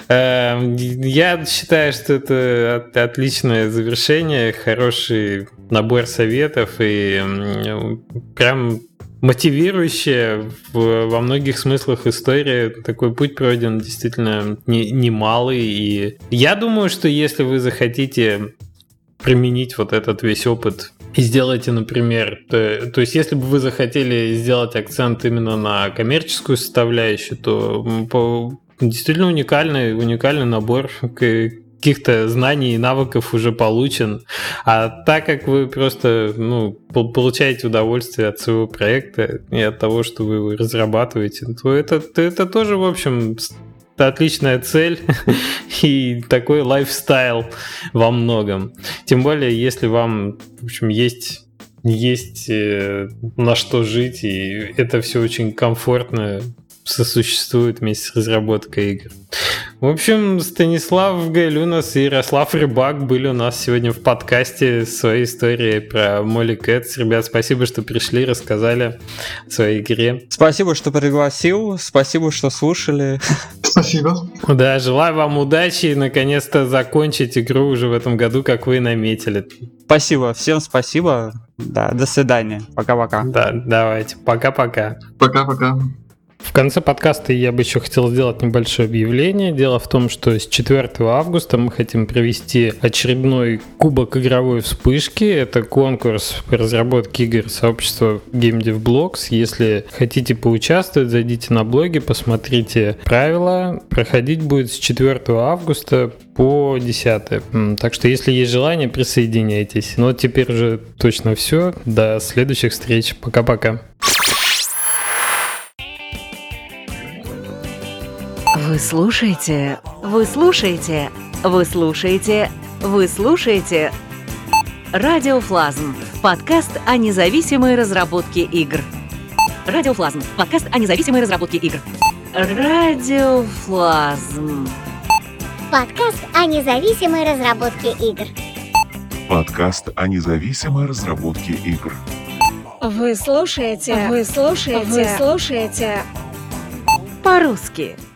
Я считаю, что это отличное завершение, хороший набор советов и прям мотивирующая во многих смыслах история. Такой путь пройден действительно немалый. И я думаю, что если вы захотите применить вот этот весь опыт и сделаете, например, то есть если бы вы захотели сделать акцент именно на коммерческую составляющую, то действительно уникальный набор каких-то знаний и навыков уже получен. А так как вы просто получаете удовольствие от своего проекта и от того, что вы его разрабатываете, то это тоже, в общем, отличная цель и такой лайфстайл во многом. Тем более, если вам, в общем, есть на что жить, и это все очень комфортно сосуществует вместе с разработкой игр. В общем, Станислав Гайлюнас и Ярослав Рыбак были у нас сегодня в подкасте с своей историей про Molly Cats. Ребят, спасибо, что пришли, рассказали о своей игре. Спасибо, что пригласил, спасибо, что слушали. Спасибо. Да, желаю вам удачи и наконец-то закончить игру уже в этом году, как вы и наметили. Спасибо, всем спасибо. Да, до свидания. Пока-пока. Да, давайте. Пока-пока. Пока-пока. В конце подкаста я бы еще хотел сделать небольшое объявление. Дело в том, что с 4 августа мы хотим провести очередной кубок игровой вспышки. Это конкурс по разработке игр сообщества Game Dev Blogs. Если хотите поучаствовать, зайдите на блоги, посмотрите правила. Проходить будет с 4 августа по 10. Так что, если есть желание, присоединяйтесь. Ну, теперь уже точно все. До следующих встреч. Пока-пока. Вы слушаете Радиофлазм, подкаст о независимой разработке игр. Радиофлазм, подкаст о независимой разработке игр. Радиофлазм. Подкаст о независимой разработке игр. Подкаст о независимой разработке игр. Вы слушаете. По-русски.